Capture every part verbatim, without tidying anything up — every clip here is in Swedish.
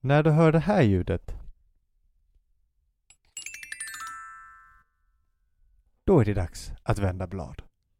När du hör det här ljudet, då är det dags att vända blad.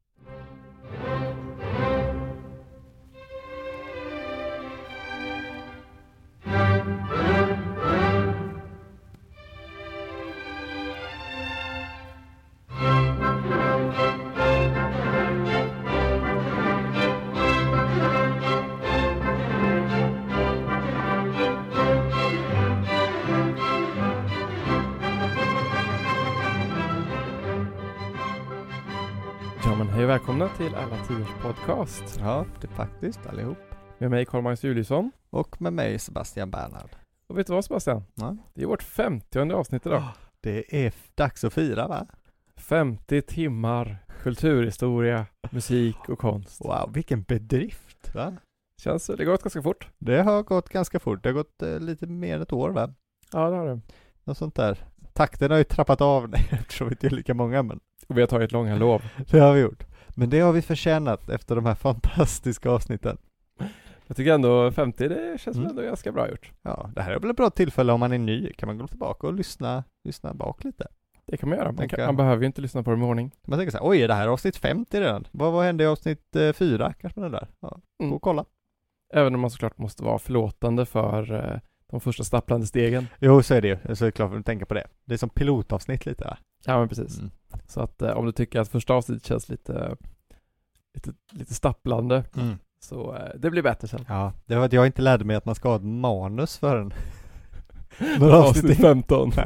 Ja, men hej och välkomna till Alla Tiders podcast. Ja, det är faktiskt allihop. Med mig Carl-Magnus Juliusson. Och med mig Sebastian Bernhard. Och vet du vad, Sebastian? Ja. Det är vårt femtionde avsnitt idag. Det är f- dags att fira, va? femtio timmar kulturhistoria, musik och konst. Wow, vilken bedrift, va? Känns det gått ganska fort? Det har gått ganska fort. Det har gått eh, lite mer än ett år, va? Ja, det har det. Något sånt där. Takten har ju trappat av nej, eftersom vi inte är lika många, men Och vi har tagit långa lov. det har vi gjort. Men det har vi förtjänat efter de här fantastiska avsnitten. Jag tycker ändå femtio, det känns Mm. väl ändå ganska bra gjort. Ja, det här är väl ett bra tillfälle om man är ny. Kan man gå tillbaka och lyssna, lyssna bak lite. Det kan man göra. Man, Tänker kan, jag. man behöver ju inte lyssna på det i morning. Man tänker så här, oj, är det här avsnitt femtio redan? Vad, vad hände i avsnitt eh, fyra? Kanske man undrar. Ja, gå Mm. och kolla. Även om man såklart måste vara förlåtande för eh, de första stapplande stegen. Jo, så är det ju. Så är det klart att tänka på det. Det är som pilotavsnitt lite, va? Ja, men precis. Mm. Så att eh, om du tycker att första avsnittet känns lite, lite, lite stapplande, Mm. så eh, det blir bättre sen. Ja, det var att jag inte lärde mig att man ska ha ett manus för en. Några Avsnitt femton. Nej.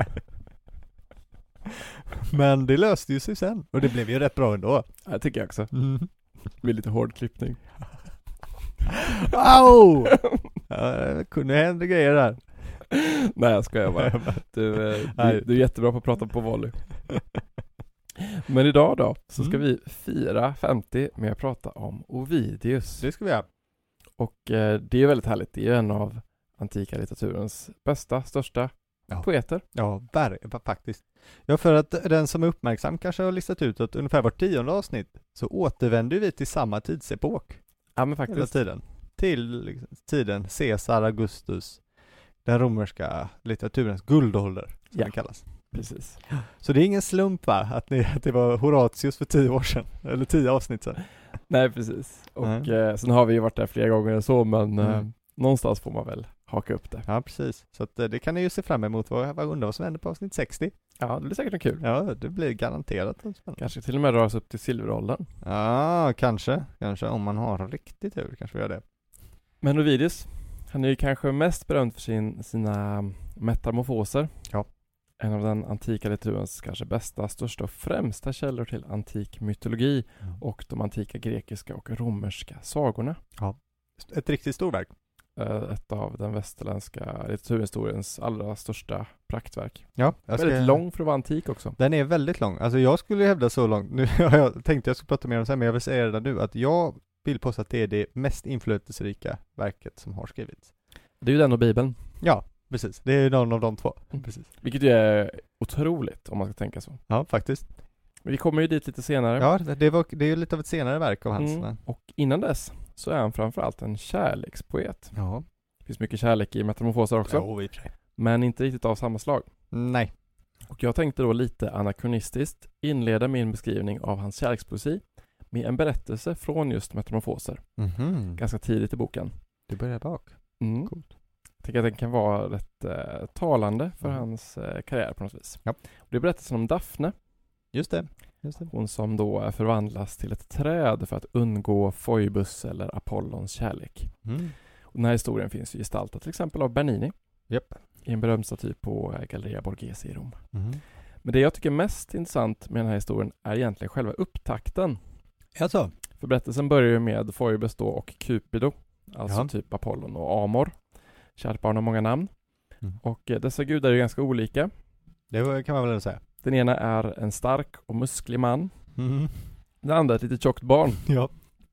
Men det löste ju sig sen. Och det blev ju rätt bra ändå. Jag tycker jag också. Mm. Det blir lite hård klippning. Au! Ja, det kunde hända grejer där. Nej, jag skojar bara. Du, eh, du, du är jättebra på att prata på volley. Men idag då, så ska Mm. vi fira femtio med att prata om Ovidius. Det ska vi göra. Och eh, det är väldigt härligt. Det är en av antika litteraturens bästa, största Ja. poeter. Ja, ver- faktiskt. Ja, för att den som är uppmärksam kanske har listat ut att ungefär var tionde avsnitt så återvänder vi till samma tidsepok Ja, men hela faktiskt. tiden. Till liksom, tiden Caesar Augustus, den romerska litteraturens guldålder, som Ja. det kallas. Precis. Så det är ingen slump, va? Att, ni, att det var Horatius för tio år sedan, eller tio avsnitt sedan. Nej, precis. Och Nej. eh, sen har vi ju varit där flera gånger och så, men eh, Mm. någonstans får man väl haka upp det. Ja, precis. Så att, eh, det kan ni ju se fram emot. Vad, vad undrar vad som händer på avsnitt sextio? Ja, det blir säkert något kul. Ja, det blir garanterat spännande. Kanske till och med röra oss upp till silveråldern. Ja, kanske. Kanske om man har riktigt tur kanske vi gör det. Men Ovidius, han är ju kanske mest berömd för sin, sina metamorfoser. Ja. En av den antika litteraturens kanske bästa, största och främsta källor till antik mytologi Mm. och de antika grekiska och romerska sagorna. Ett riktigt storverk. Eh, Ett av den västerländska litteraturhistoriens allra största praktverk. Ja, jag ska- Väldigt lång för att vara antik också. Den är väldigt lång. Alltså jag skulle ju hävda så långt. Nu har jag tänkte jag skulle prata mer om det här, men jag vill säga redan nu att jag vill påstå att det är det mest inflytelserika verket som har skrivits. Det är ju den och Bibeln. Ja, precis. Det är ju någon av de två. Mm. Precis. Vilket ju är otroligt om man ska tänka så. Ja, faktiskt. Men vi kommer ju dit lite senare. Ja, det, var, det är ju lite av ett senare verk av hans. Mm. Och innan dess så är han framförallt en kärlekspoet. Ja. Det finns mycket kärlek i metamorfoser också. Jo, i och för sig. Men inte riktigt av samma slag. Nej. Och jag tänkte då lite anakronistiskt inleda min beskrivning av hans kärlekspoesi med en berättelse från just metamorfoser. Mhm. Ganska tidigt i boken. Du börjar bak. Mm. Coolt. Jag tänker att den kan vara rätt eh, talande för Mm. hans eh, karriär på något vis. Ja. Och det är berättelsen om Daphne. Just det. Just det. Hon som då förvandlas till ett träd för att undgå Phoebus eller Apollons kärlek. Mm. Och den här historien finns ju gestaltad till exempel av Bernini. Japp. I en berömd staty på eh, Galleria Borghese i Rom. Mm. Men det jag tycker är mest intressant med den här historien är egentligen själva upptakten. Alltså. För berättelsen börjar ju med Phoebus då och Cupido. Alltså Ja. typ Apollon och Amor. Kärt barn har många namn. Mm. Och eh, dessa gudar är ju ganska olika. Det var- kan man väl ändå säga. Den ena är en stark och musklig man. Mm. Den andra är ett litet tjockt barn. Ja.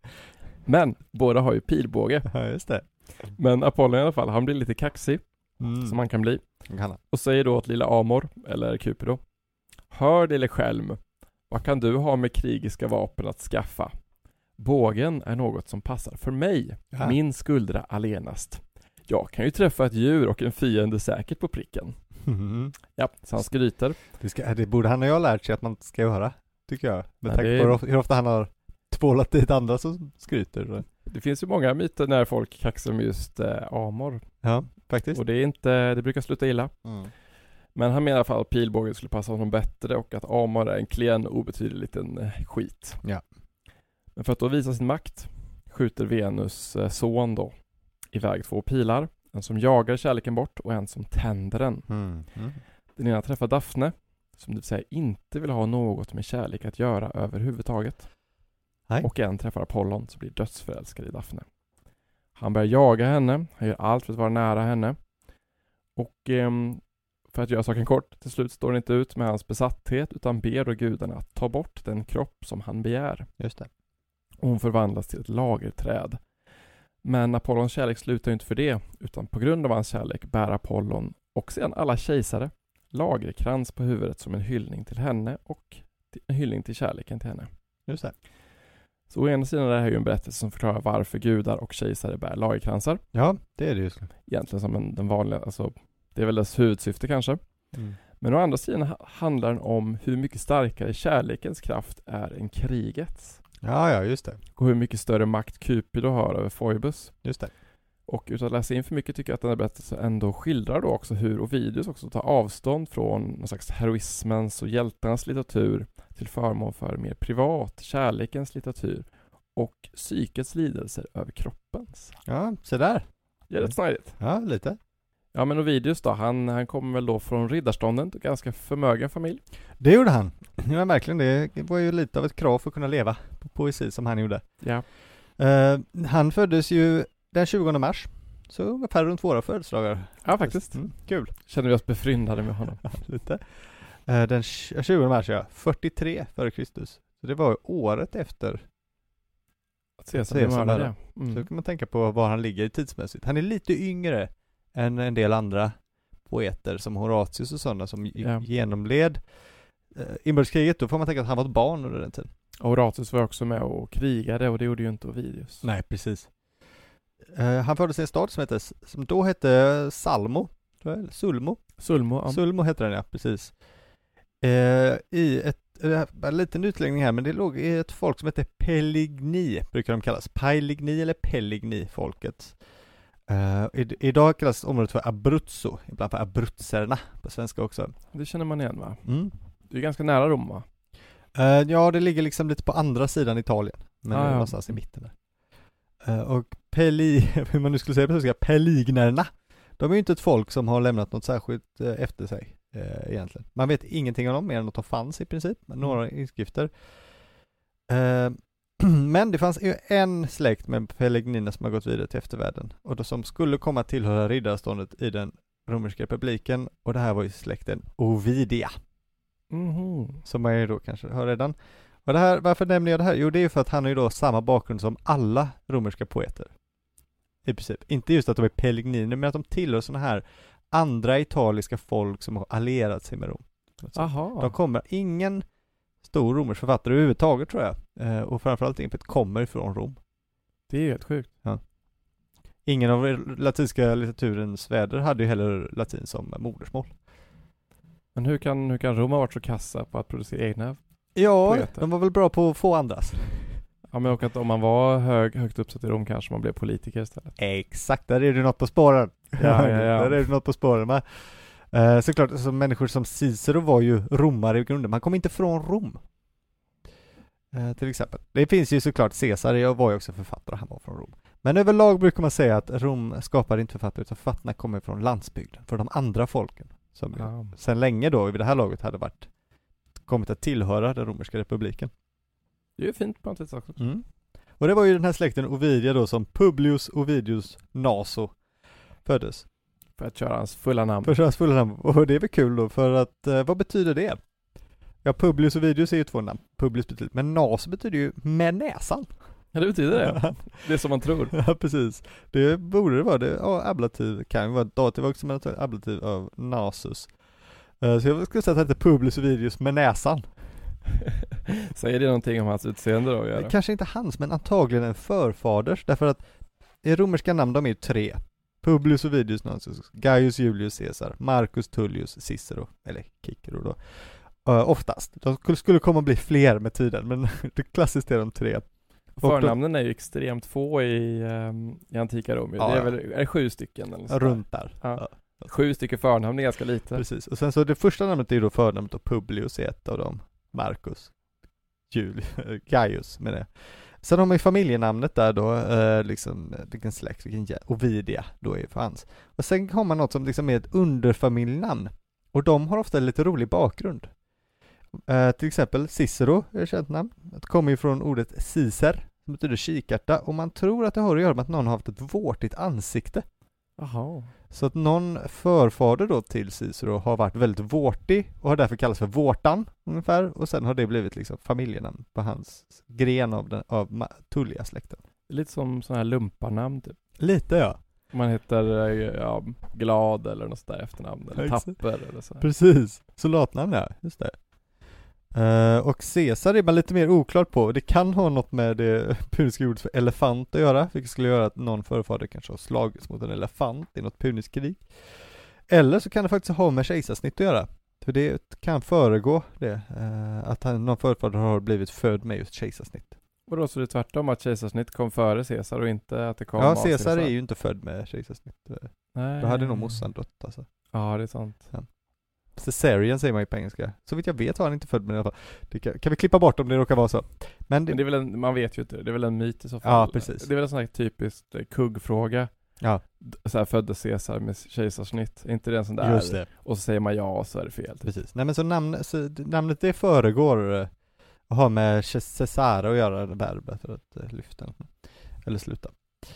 Men båda har ju pilbåge. Ja, just det. Men Apollon i alla fall, han blir lite kaxig. Mm. Som han kan bli. Kan han. Och säger då åt lilla Amor, eller Cupido: hör lille skälm, vad kan du ha med krigiska vapen att skaffa? Bågen är något som passar för mig, Ja. min skuldra allenast. Jag kan ju träffa ett djur och en fiende säkert på pricken. Mm. Ja, så han skryter. Det, ska, det borde han ju ha lärt sig att man ska göra, tycker jag. Med Ja, tanke det- på hur ofta, hur ofta han har tvålat dit andra som skryter. Det finns ju många myter när folk kaxar med just eh, amor. Ja, faktiskt. Och det är inte, det brukar sluta illa. Mm. Men han menar i alla fall att pilbågen skulle passa honom bättre och att amor är en klen obetydlig liten eh, skit. Ja. Men för att då visa sin makt skjuter Venus eh, son då iväg två pilar. En som jagar kärleken bort och en som tänder den. Mm. Mm. Den ena träffar Daphne, som det vill säga inte vill ha något med kärlek att göra överhuvudtaget. Nej. Och en träffar Apollon som blir dödsförälskad i Daphne. Han börjar jaga henne, han gör allt för att vara nära henne. Och ehm, för att göra saken kort, till slut står det inte ut med hans besatthet utan ber då gudarna att ta bort den kropp som han begär. Just det. Och hon förvandlas till ett lagerträd. Men Apollons kärlek slutar inte för det, utan på grund av hans kärlek bär Apollon och sedan alla kejsare lagerkrans på huvudet som en hyllning till henne och en hyllning till kärleken till henne. Just det. Så å ena sidan är det här ju en berättelse som förklarar varför gudar och kejsare bär lagerkransar. Ja, det är det ju. Egentligen som en, den vanliga, alltså det är väl dess huvudsyfte kanske. Mm. Men å andra sidan ha- handlar den om hur mycket starkare kärlekens kraft är än krigets. Ja, ja, just det. Och hur mycket större makt Cupido har över Phoebus. Just det. Och utan att läsa in för mycket tycker jag att den här berättelsen ändå skildrar då också hur Ovidius också tar avstånd från någon slags heroismens och hjältarnas litteratur till förmån för mer privat, kärlekens litteratur och psykets lidelser över kroppens. Ja, så där. Det är rätt snarligt. Ja, lite. Ja, men Ovidius då, han, han kommer väl då från riddarstånden, en ganska förmögen familj. Det gjorde han. Ja, verkligen. Det var ju lite av ett krav för att kunna leva på poesi som han gjorde. Ja. Uh, han föddes ju den tjugonde mars. Så ungefär runt våra födelsedagar. Ja, faktiskt. Mm, kul. Känner vi oss befryndade med honom. Lite. Uh, den tjugonde mars, ja. fyrtiotre före Kristus. Så det var ju året efter. Att se som Caesar mördare. mördare. Mm. Så kan man tänka på var han ligger tidsmässigt. Han är lite yngre än en del andra poeter som Horatius och sådana som Ja. genomled uh, inbördeskriget. Då får man tänka att han var ett barn under den tiden. Och Horatius var också med och krigade och det gjorde ju inte Ovidius. Nej, precis. Uh, han föddes i en stad som, hette, som då hette Salmo. tror jag, Sulmo. Sulmo. Ja. Sulmo heter den, ja, precis. Uh, I ett, uh, en liten utläggning här, men det låg i ett folk som heter Peligni, brukar de kallas. Peligni eller Peligni-folket. Uh, id- idag kallas området för Abruzzo, ibland för Abruzzerna på svenska också. Det känner man igen, va? Mm. Det är ganska nära Rom, va? Uh, ja, det ligger liksom lite på andra sidan Italien, men Ah, det är ja. någonstans i mitten där. Uh, och Peli, hur man nu skulle säga på svenska, Pelignerna, de är ju inte ett folk som har lämnat något särskilt uh, efter sig uh, egentligen. Man vet ingenting om dem mer än att de fanns i princip, några inskrifter. Uh, men det fanns ju en släkt med Pelignina som har gått vidare till eftervärlden och då som skulle komma att tillhöra riddarståndet i den romerska republiken, och det här var ju släkten Ovidia. Mhm. Som man ju då kanske hör redan. Och det här, varför nämner jag det här? Jo, det är ju för att han har ju då samma bakgrund som alla romerska poeter. I princip. Inte just att de är peligniner, men att de tillhör sådana här andra italiska folk som har allierat sig med Rom. Aha. De kommer, ingen stor romersk författare överhuvudtaget tror jag. Eh, och framförallt inte kommer ifrån Rom. Det är ju helt sjukt. Ingen av latinska litteraturens väder hade ju heller latin som modersmål. Men hur kan, hur kan Rom ha varit så kassa på att producera egna? Ja, Poeter. de var väl bra på att få andras. Ja, men och att om man var hög, högt uppsatt i Rom kanske man blev politiker istället. Exakt, där är det något på spåren. Ja, ja, ja. Där är det något på spåren. Men, eh, såklart, alltså, människor som Cicero var ju romare i grunden. Man kom inte från Rom. Eh, till exempel. Det finns ju såklart, Caesar jag var ju också författare, han var från Rom. Men överlag brukar man säga att Rom skapar inte författare, utan författarna kommer från landsbygden, för de andra folken. Som Ja. sedan länge då, vid det här laget, hade varit kommit att tillhöra den romerska republiken. Det är ju fint på något sätt också. Mm. Och det var ju den här släkten Ovidia då som Publius Ovidius Naso föddes. För att köra hans fulla namn. För hans fulla namn. Och det är väl kul då, för att, eh, vad betyder det? Ja, Publius Ovidius är ju två namn. Publius betyder, men Naso betyder ju med näsan. Ja, det betyder det. Det är som man tror. Ja, precis. Det borde det vara. Det, ja, ablativ kan ju vara ett dativ också, men ett ablativ av Nasus. Uh, så jag skulle säga att det heter Publius Ovidius med näsan. Säger det någonting om hans utseende då att göra? Kanske inte hans, men antagligen en förfaders. Därför att i romerska namn, de är ju tre. Publius Ovidius Nasus, Gaius Julius Caesar, Marcus Tullius Cicero, eller Cicero då. Uh, oftast. De skulle, skulle komma att bli fler med tiden, men det klassiskt är de tre. Förnamnen är ju extremt få i, um, i antika Rom. Ja, det är ja. väl är det sju stycken? Eller så runt där. Ja. Ja. Sju stycken förnamn är ganska lite. Precis. Och sen så det första namnet är ju då förnamnet och Publius är ett av dem. Marcus. Julius. Gaius med det. Sen har man ju familjenamnet där då, eh, liksom vilken släkt, vilken Ovidia då är fanns. Och sen har man något som liksom är ett underfamiljnamn. Och de har ofta lite rolig bakgrund. Eh, till exempel Cicero är ett känt namn. Det kommer ju från ordet cicer, som betyder kikärta. Och man tror att det har att göra med att någon har haft ett vårtigt ansikte. Jaha. Så att någon förfader då till Cicero har varit väldigt vårtig och har därför kallats för vårtan ungefär. Och sen har det blivit liksom familjenamn på hans gren av, den, av Tullia-släkten. Lite som sådana här lumparnamn typ. Lite ja. Man heter ja, Glad eller något där efternamn. Eller Exakt. Tapper eller så. Precis. Soldatnamn ja, just det. Uh, och Caesar är man lite mer oklart på. Det kan ha något med det puniska ordet för elefant att göra, vilket skulle göra att någon förfader kanske har slagits mot en elefant i något puniskt krig. Eller så kan det faktiskt ha med kejsarsnitt att göra. För det kan föregå det, uh, att han, någon förfader har blivit född med just kejsarsnitt. Och då så det är tvärtom att kejsarsnitt kom före Caesar och inte att det kom Ja, av Caesar, Caesar är ju inte född med kejsarsnitt. Nej. Då hade nog morsan dött alltså. Ja, det är sant. Ja. Caesarian säger man ju på engelska. Så vitt jag vet var han inte född med det i alla fall. Det kan, kan vi klippa bort om det råkar vara så. Men det, Men det är väl en, man vet ju inte, det är väl en myt i så fall. Ja, precis. Det är väl en sån här typisk eh, kuggfråga. Ja. D- Så här föddes Caesar med kejsarsnitt. Är inte det en sån där? Just det. Och så säger man ja och så är det fel. Typ. Precis. Nej men så, namn, så namnet det föregår eh, och har med Caesara att göra, det verbet för att eh, lyfta eller sluta.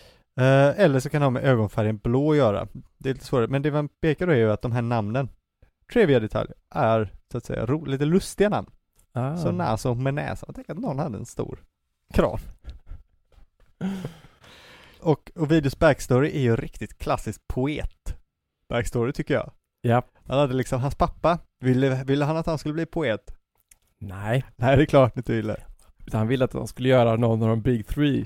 Eh, eller så kan det ha med ögonfärgen blå att göra. Det är lite svårare. Men det man pekar då är ju att de här namnen, trivia detalj, är så att säga ro, lite lustiga namn. Ah. Så näsa med näsa. Jag tänker att någon hade en stor kran. Och Ovidius backstory är ju riktigt klassisk poet. Backstory tycker jag. Ja. Han hade liksom, hans pappa, ville, ville han att han skulle bli poet? Nej. Nej, det är klart inte ville. Utan han ville att han skulle göra någon av de big three.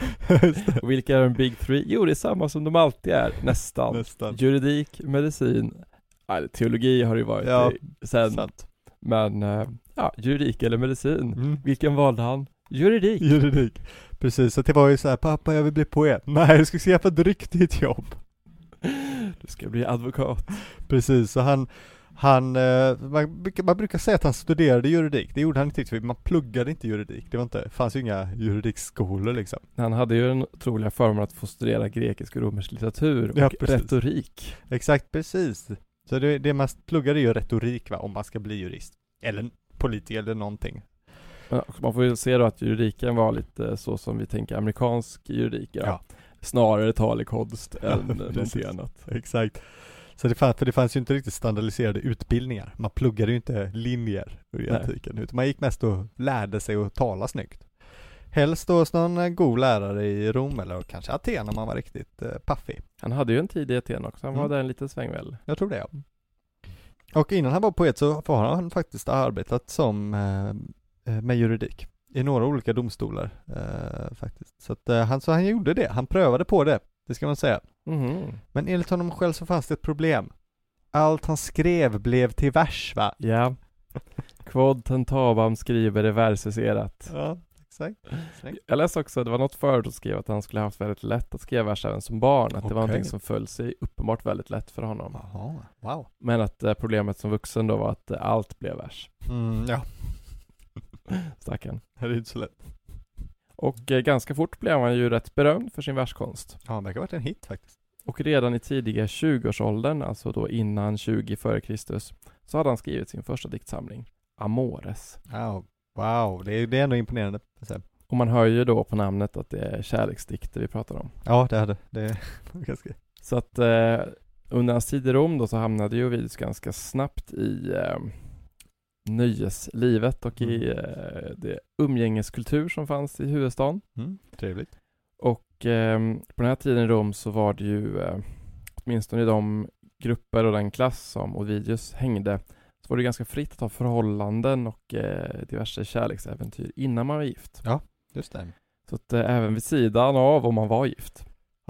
Och vilka är de big three? Jo, det är samma som de alltid är. Nästan. Nästan. Juridik, medicin. Ja, teologi har det ju varit Ja, i, sen. Sant. Men, eh, ja, juridik eller medicin. Mm. Vilken valde han? Juridik. Juridik. Precis, så det var ju så här, pappa jag vill bli poet. Nej, du ska skaffa ett riktigt jobb. Du ska bli advokat. Precis, så han, han eh, man, man brukar säga att han studerade juridik. Det gjorde han inte riktigt, för man pluggade inte juridik. Det var inte, det fanns ju inga juridikskolor liksom. Han hade ju den otroliga förmånen att få studera grekisk och romersk litteratur och Ja, precis. retorik. Exakt, precis. Så det, det man pluggade är ju retorik va, om man ska bli jurist. Eller politiker eller någonting. Men man får ju se då att juridiken var lite så som vi tänker amerikansk juridik. Ja. Ja. Snarare talekonst Ja, än precis. någonting annat. Exakt. Så det fanns, för det fanns ju inte riktigt standardiserade utbildningar. Man pluggade ju inte linjer i antiken, utan man gick mest och lärde sig att tala snyggt. Helst då hos någon god lärare i Rom eller kanske Aten om man var riktigt eh, paffig. Han hade ju en tid i Aten också. Han var Mm. där en liten sväng väl. Jag tror det, ja. Och innan han var poet så har han faktiskt arbetat som eh, med juridik i några olika domstolar eh, faktiskt. Så, att, eh, han, så han gjorde det. Han prövade på det, det ska man säga. Mhm. Men enligt honom själv så fanns det ett problem. Allt han skrev blev till vers, va? Ja. Quod tentabam skriver det verseserat. Ja, exakt. Snyggt. Jag läste också att det var något förut som skrev att han skulle haft väldigt lätt att skriva vers även som barn. Att det var Okej. någonting som föll sig uppenbart väldigt lätt för honom. Jaha, wow. Men att eh, problemet som vuxen då var att eh, allt blev vers. Mm, ja, Stackarn. det är inte så lätt. Och eh, ganska fort blev han ju rätt berömd för sin verskonst. Ja, det verkar ha varit en hit faktiskt. Och redan i tidiga tjugoårsåldern, alltså då innan tjugo före Kristus, så hade han skrivit sin första diktsamling, Amores. Wow, wow. Det är, det är ändå imponerande. Och man hör ju då på namnet att det är kärleksdikter vi pratar om. Ja, det hade det. Är ganska... Så att eh, under hans tid i Rom då så hamnade ju Ovidius ganska snabbt i eh, nöjeslivet och Mm. i eh, det umgängeskultur som fanns i huvudstaden. Mm, trevligt. Och eh, på den här tiden i Rom så var det ju eh, åtminstone i de grupper och den klass som Ovidius hängde så var det ganska fritt att ha förhållanden och eh, diverse kärleksäventyr innan man var gift. Just det. Så att eh, även vid sidan av om man var gift. Ja.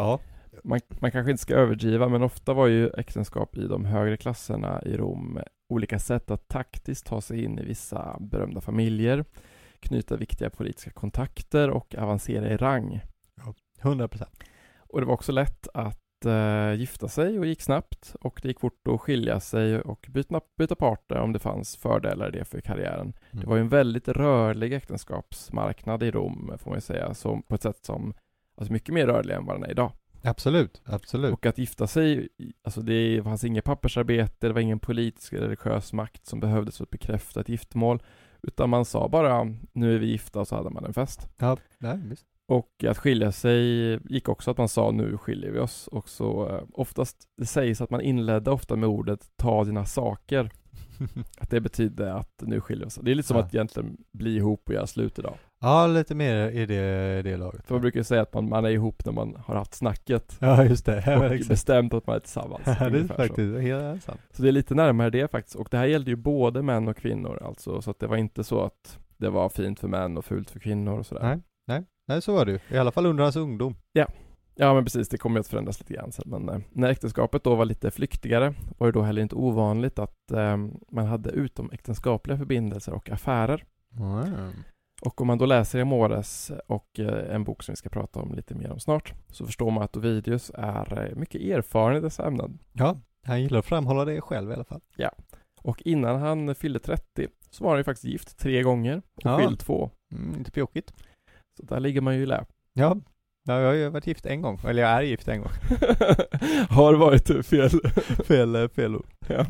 man, man kanske inte ska överdriva, men ofta var ju äktenskap i de högre klasserna i Rom olika sätt att taktiskt ta sig in i vissa berömda familjer, knyta viktiga politiska kontakter och avancera i rang. hundra procent. Och det var också lätt att uh, gifta sig och gick snabbt, och det gick fort att skilja sig och byta, byta partner om det fanns fördelar i det för karriären. Mm. Det var ju en väldigt rörlig äktenskapsmarknad i Rom, får man ju säga, som, på ett sätt som alltså mycket mer rörlig än vad den är idag. Absolut, absolut. Och att gifta sig, alltså det fanns inget pappersarbete, det var ingen politisk eller religiös makt som behövdes för att bekräfta ett giftermål, utan man sa bara, nu är vi gifta, och så hade man en fest. Ja, nej, visst. Och att skilja sig gick också att man sa, nu skiljer vi oss. Och så oftast, det sägs att man inledde ofta med ordet, ta dina saker. Att det betyder att nu skiljer vi oss. Det är lite som Ja. att egentligen bli ihop och göra slut idag. Ja, lite mer i det, i det laget. För man brukar ju säga att man, man är ihop när man har haft snacket. Ja, just det. Ja, Och exakt. bestämt att man är tillsammans. Ja, det är ungefär så. faktiskt helt sant. Så det är lite närmare det faktiskt. Och det här gällde ju både män och kvinnor. Alltså, så att det var inte så att det var fint för män och fult för kvinnor och sådär. Nej, nej, nej, så var det ju. I alla fall under hans ungdom. Ja, men precis. Det kommer ju att förändras lite grann sen. Men eh, när äktenskapet då var lite flyktigare var det då heller inte ovanligt att eh, man hade utomäktenskapliga förbindelser och affärer. Mm. Och om man då läser Amores och eh, en bok som vi ska prata om lite mer om snart, så förstår man att Ovidius är eh, mycket erfaren i dessa ämnen. Ja, han gillar att framhålla det själv i alla fall. Ja, och innan han fyllde trettio så var han ju faktiskt gift tre gånger och Ja. skild två. Mm, inte pjåkigt. Så där ligger man ju i lä. Ja. Ja, jag har ju varit gift en gång. Eller jag är gift en gång. Har varit fel. fel, fel ord. Ja.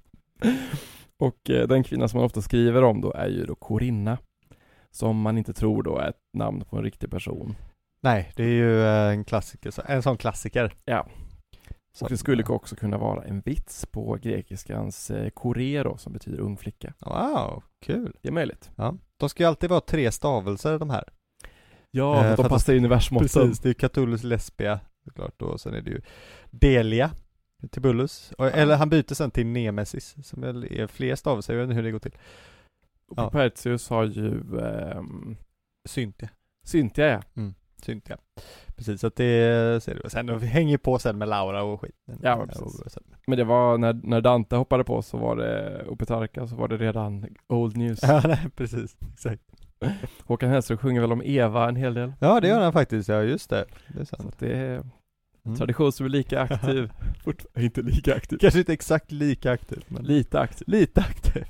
Och eh, den kvinna som man ofta skriver om då är ju då Corinna, som man inte tror då är ett namn på en riktig person. Nej, det är ju eh, en klassiker. så- En sån klassiker. Ja. Så, Och det skulle också kunna vara en vits på grekiskans eh, korero, som betyder ung flicka. Wow, kul. Det är möjligt. Ja. De ska ju alltid vara tre stavelser, de här. Ja, Eh, för för de att- passar in i versmåtten. Precis, det är Catullus Lesbia såklart då, och sen är det ju Delia Tibullus, och, eller han byter sen till Nemesis som är är fler stavelser, jag vet inte hur det går till. Och Ja. Propertius har ju ehm, Cynthia. Cynthia, ja. Cynthia. Precis, så att det ser du. Sen de hänger på sen med Laura och skit. Ja, men precis. Och sen- Men det var när, när Dante hoppade på, så var det, och Petrarca, så var det redan old news. Ja, nej, precis. Exakt. Håkan Hellström sjunger väl om Eva en hel del. Ja, det gör han faktiskt. Ja, just det. Det är Så sant. att det är Mm. tradition som är lika aktiv. Fortfarande inte lika aktiv. Kanske inte exakt lika aktiv, men Lite aktiv. lite aktiv.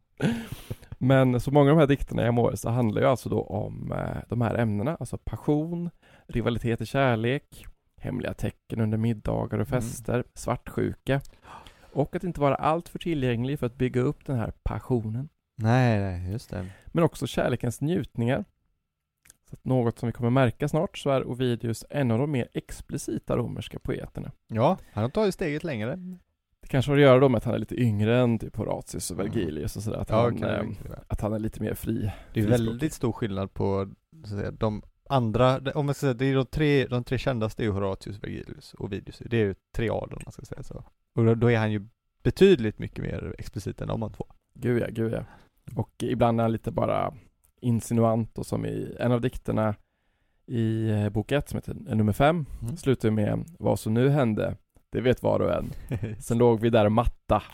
Men så många av de här dikterna i Amores så handlar ju alltså då om eh, de här ämnena, alltså passion, rivalitet i kärlek, hemliga tecken under middagar och fester, svartsjuka, och att inte vara allt för tillgänglig för att bygga upp den här passionen. Nej, nej, just det. Men också kärlekens njutningar. Så att något som vi kommer märka snart, så är Ovidius en av de mer explicita romerska poeterna. Ja, han har tagit steget längre. Det kanske har att göra då med att han är lite yngre än typ Horatius och Vergilius och sådär. Att, Ja, han, kan det eh, mycket väl. att han är lite mer fri. Det är frispråkig. väldigt stor skillnad på så att säga, de andra, om man ska säga, det är de tre, de tre kändaste är ju Horatius, Vergilius och Ovidius. Det är ju triaden, man ska säga så. Och då, då är han ju betydligt mycket mer explicit än de två. Gud ja, gud ja. Och ibland är han lite bara insinuant, och som i en av dikterna i eh, bok ett som heter nummer fem, Mm. slutar ju med vad som nu hände, det vet var och en. Sen låg vi där och matta.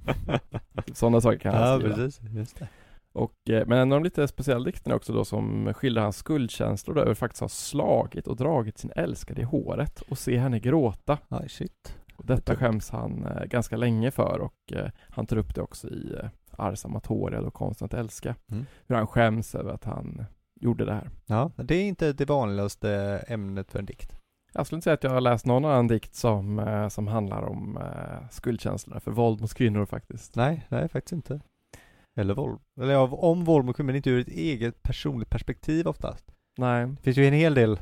Sådana saker kan han Ja, skriva. precis. Just det. Och, eh, men en av de lite speciella dikterna också då, som skildrar hans skuldkänslor då, över faktiskt ha slagit och dragit sin älskade i håret och se henne gråta. Aj, shit. Och detta skäms han eh, ganska länge för, och eh, han tar upp det också i eh, Ars Amatoria, och konsten att älska. Mm. Hur han skäms över att han gjorde det här. Ja, det är inte det vanligaste ämnet för en dikt. Jag skulle inte säga att jag har läst någon annan dikt som, eh, som handlar om eh, skuldkänslorna för våld mot kvinnor faktiskt. Nej, nej faktiskt inte. Eller våld. Eller ja, om våld mot kvinnor, men inte ur ett eget personligt perspektiv oftast. Nej. Det finns ju en hel del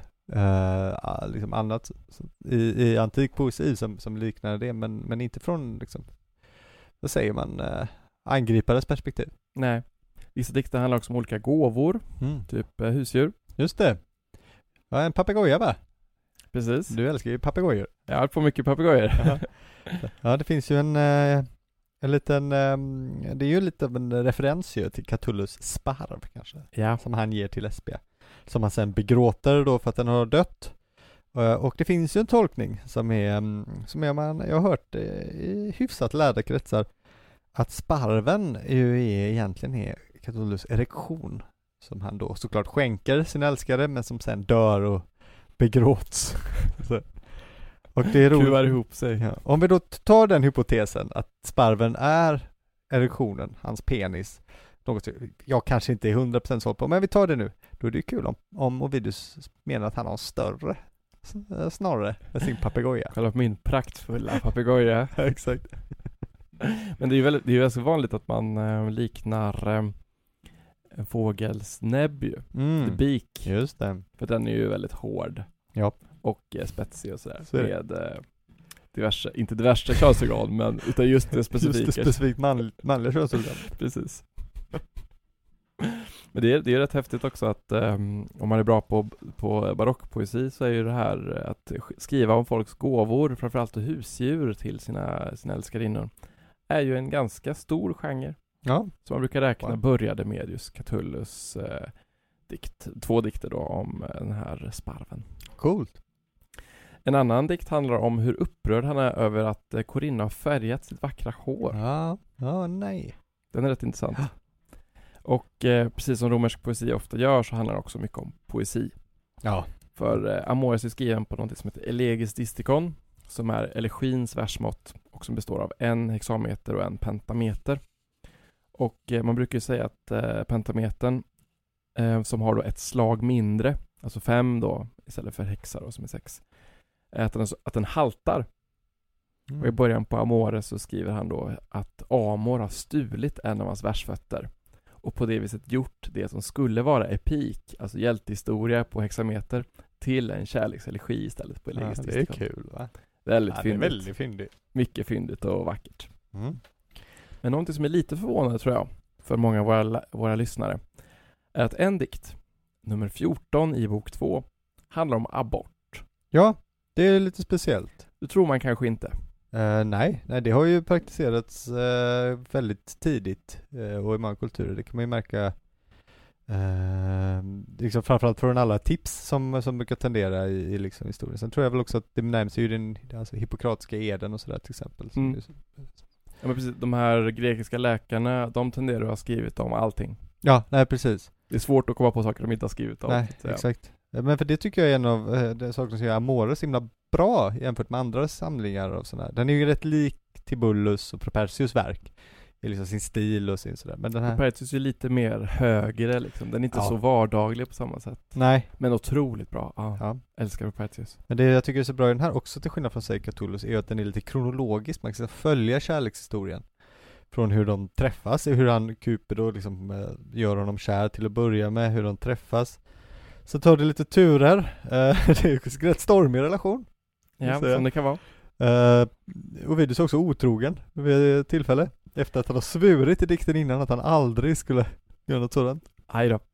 uh, liksom annat i, i antik poesi som, som liknar det, men, men inte från liksom, vad säger man, uh, angripares perspektiv. Nej. Vissa dikter handlar också om olika gåvor, Mm. typ eh, husdjur. Just det. Ja, en papegoja va? Precis. Du älskar ju papegojor. Jag har på mycket papegojor. Ja, det finns ju en, uh, en liten, um, det är ju lite av en referens ju till Catullus sparv kanske. Ja. Som han ger till Lesbia. Som han sen begråter då för att den har dött. Uh, och det finns ju en tolkning som är, um, som är man, jag har hört uh, i hyfsat lärda kretsar, att sparven ju är egentligen är Catullus erektion, som han då såklart skänker sin älskare, men som sen dör och begråts. Så. Och det är roligt. Kuvar ihop sig. Ja. Om vi då tar den hypotesen att sparven är erektionen, hans penis, något jag kanske inte är hundra procent såld på, men vi tar det nu. Då är det ju kul om, om Ovidius menar att han har större snarare med sin papegoja. Kolla på min praktfulla papegoja. Exakt. Men det är ju väldigt, det är ju väldigt vanligt att man eh, liknar eh, en fågels näbb ju. Mm. Beak. Just det. För den är ju väldigt hård. Ja. Och eh, spetsig och sådär. Så med eh, diverse, inte diverse könsorgan, men utan just det specifika. Just det specifikt man, manliga könsorgan. Precis. Men det är, det är rätt häftigt också att um, om man är bra på, på barockpoesi så är ju det här att skriva om folks gåvor, framförallt husdjur till sina, sina älskarinnor, är ju en ganska stor genre. Ja. Som man brukar räkna Wow. började med just Catullus eh, dikt, två dikter då om den här sparven. Coolt. En annan dikt handlar om hur upprörd han är över att eh, Corinna har färgat sitt vackra hår. Ja, ja nej. Den är rätt intressant. Och eh, precis som romersk poesi ofta gör så handlar det också mycket om poesi. Ja. För eh, Amores är skriven på något som heter Elegis distikon, som är elegins versmått och som består av en hexameter och en pentameter. Och eh, man brukar ju säga att eh, pentametern eh, som har då ett slag mindre, alltså fem då istället för hexar då, som är sex, att den, att den haltar. Mm. Och i början på Amores så skriver han då att Amor har stulit en av hans versfötter och på det viset gjort det som skulle vara epik, alltså hjältehistoria på hexameter, till en kärlekselegi istället på Elegis Ja, det är kul va? Väldigt Ja, det är fyndigt. väldigt fyndigt. Mycket fyndigt och vackert. Mm. Men någonting som är lite förvånande tror jag för många av våra, våra lyssnare är att en dikt, nummer fjorton i bok två, handlar om abort. Ja, det är lite speciellt. Det tror man kanske inte. Uh, nej, nej, det har ju praktiserats uh, väldigt tidigt uh, och i många kulturer. Det kan man ju märka uh, liksom framförallt från alla tips som, som brukar tendera i, i liksom historien. Sen tror jag väl också att det nämns ju den alltså, hippokratiska eden och sådär till exempel. Som Mm. är så, Ja, men precis, de här grekiska läkarna, de tenderar att ha skrivit om allting. ja, nej precis. Det är svårt att komma på saker de inte har skrivit om. Nej, så att säga. exakt. Men för det tycker jag är en av uh, de saker som gör Amore så himla bra jämfört med andra samlingar och sådär. Den är ju rätt lik Tibullus och Propertius verk i liksom sin stil och sin sådär. Men den här... Propertius är lite mer högre liksom. Den är inte Ja. så vardaglig på samma sätt. Nej. Men otroligt bra. Ja, Ja. älskar Propertius. Men det jag tycker är så bra i den här också till skillnad från sig Catullus är att den är lite kronologisk. Man kan följa kärlekshistorien. Från hur de träffas, hur han Cupido liksom äh, gör honom kär till att börja med, hur de träffas. Så tar det lite turer. Uh, det är en rätt stormig relation. Ja, Så, som det kan vara. Uh, Ovidius är också otrogen vid ett tillfälle. Efter att han har svurit i dikten innan att han aldrig skulle göra något sådant. Aj då.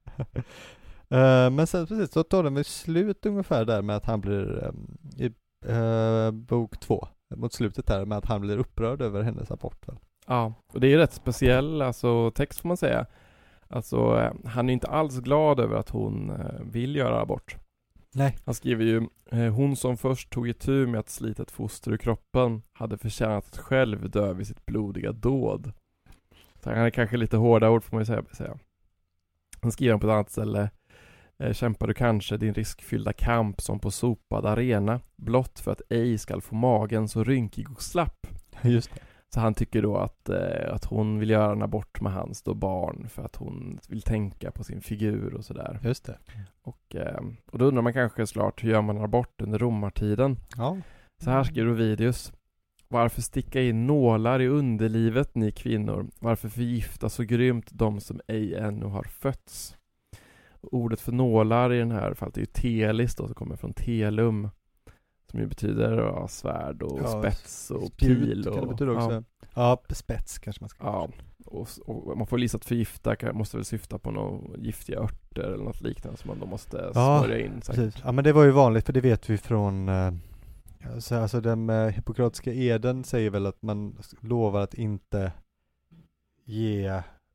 Uh, men sen precis, så tar den väl slut ungefär där med att han blir um, i uh, bok två, mot slutet där med att han blir upprörd över hennes abort. Väl? Ja, och det är ju rätt speciell alltså, text får man säga. Alltså, eh, han är inte alls glad över att hon eh, vill göra abort. Nej. Han skriver ju, eh, hon som först tog itu med att slita ett foster ur kroppen hade förtjänat att själv dö vid sitt blodiga dåd. Så han är kanske lite hårda ord får man ju säga. säga. Han skriver på ett annat ställe, eh, kämpar du kanske din riskfyllda kamp som på sopad arena, blott för att ej skall få magen så rynkig och slapp. Just det. Så han tycker då att, eh, att hon vill göra en abort med hans då barn för att hon vill tänka på sin figur och sådär. Just det. Och, eh, och då undrar man kanske såklart, hur gör man en abort under romartiden? Ja. Så här skriver Ovidius. Varför sticka in nålar i underlivet ni kvinnor? Varför förgifta så grymt de som ej ännu har fötts? Och ordet för nålar i den här fallet är ju telis då, som kommer från telum. Som ju betyder ja, svärd och Ja, spets och spjut pil. Och, kan det betyda också. ja. Ja, spets kanske man ska. Ja, och, och man får lisa att förgifta kan, måste väl syfta på några giftiga örter eller något liknande som man då måste Ja, smörja in. Precis. Ja, men det var ju vanligt för det vet vi från eh, alltså, alltså den eh, hippokratiska eden säger väl att man lovar att inte ge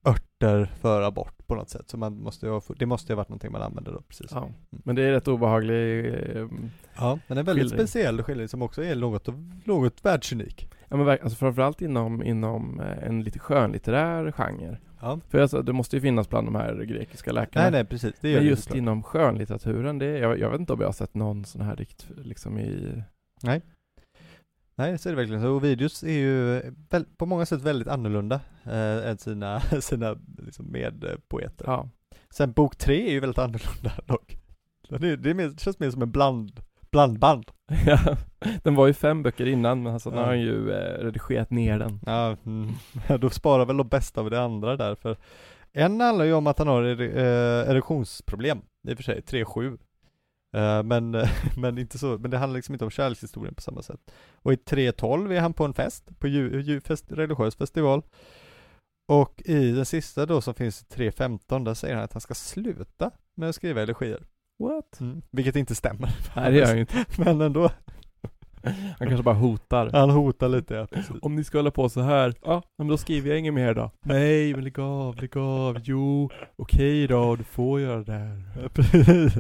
örter för abort på något sätt. Så man måste ju, det måste ju ha varit någonting man använder då, precis. Ja, men det är rätt obehaglig. Eh, ja, men en väldigt skildring. speciell skildring som också är något, något världsunik. Ja, men alltså framförallt inom, inom en lite skönlitterär genre. Ja. För alltså, det måste ju finnas bland de här grekiska läkarna. Nej, nej, precis. Det gör men det just såklart. inom skönlitteraturen, det, jag, jag vet inte om jag har sett någon sån här dikt liksom i... Nej. Nej, så är det verkligen så. Ovidius är ju väl, på många sätt väldigt annorlunda eh, än sina, sina liksom medpoeter. Ja. Sen bok tre är ju väldigt annorlunda dock. Det, det, är mer, det känns mer som en bland, blandband. Ja, den var ju fem böcker innan, men alltså, Ja. nu har han ju eh, redigerat ner den. Ja, mm, då sparar väl de bästa av det andra där. För en handlar ju om att han har eh, erektionsproblem, i och för sig, tre sju. Uh, men, men inte så, men det handlar liksom inte om kärlekshistorien på samma sätt. Och i tre tolv är han på en fest, på ju, ju, fest, religiös festival. Och i den sista då som finns i tre femton, där säger han att han ska sluta med att skriva elegier. What? Mm, vilket inte stämmer. Nej, det gör han ju inte. Men ändå. Han kanske bara hotar. Han hotar lite, ja. Precis. Om ni ska hålla på så här, ja, men då skriver jag inget mer då. Nej, men lägg av, lägg av. Jo, okej då, du får göra det här. Precis.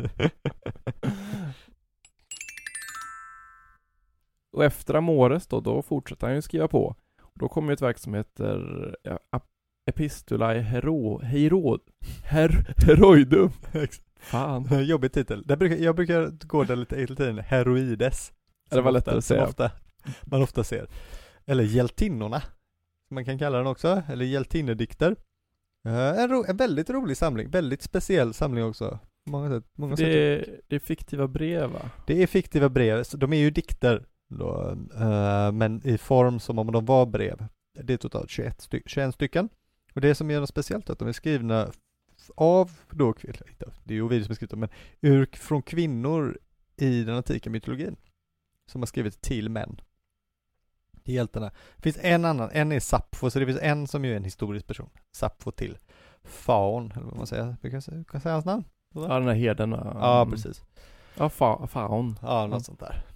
Och efter Amores då, då fortsätter han ju skriva på. Och då kommer ju ett verk som heter ja, Epistulae Hero, Herod, Her, Heroidum. Fan. Jobbig titel. Där brukar, jag brukar gå där lite hela tiden. Heroides. Det var lättare att säga. Ofta, man ofta ser. Eller hjältinnorna. Som man kan kalla den också. Eller hjältinnedikter. Uh, en, ro, en väldigt rolig samling. Väldigt speciell samling också. Många sätt, många det, sätt. är, det är fiktiva brev, va? Det är fiktiva brev. Så de är ju dikter. Då, uh, men i form som om de var brev. Det är totalt tjugoett, sty- tjugoett stycken. Och det som gör dem speciellt är att de är skrivna av då, det är ju Ovidius som är skrivit men ur från kvinnor i den antika mytologin som har skrivit till män. Det är hjältarna. Det finns en annan, en är Sappho, så det finns en som ju är en historisk person. Sappho till Faon, eller vad man säger. Vi kan säga, kan säga hans namn? Ja, den här herden. Um, Ja, precis. Ja, fa, Faon. Ja, något sånt där.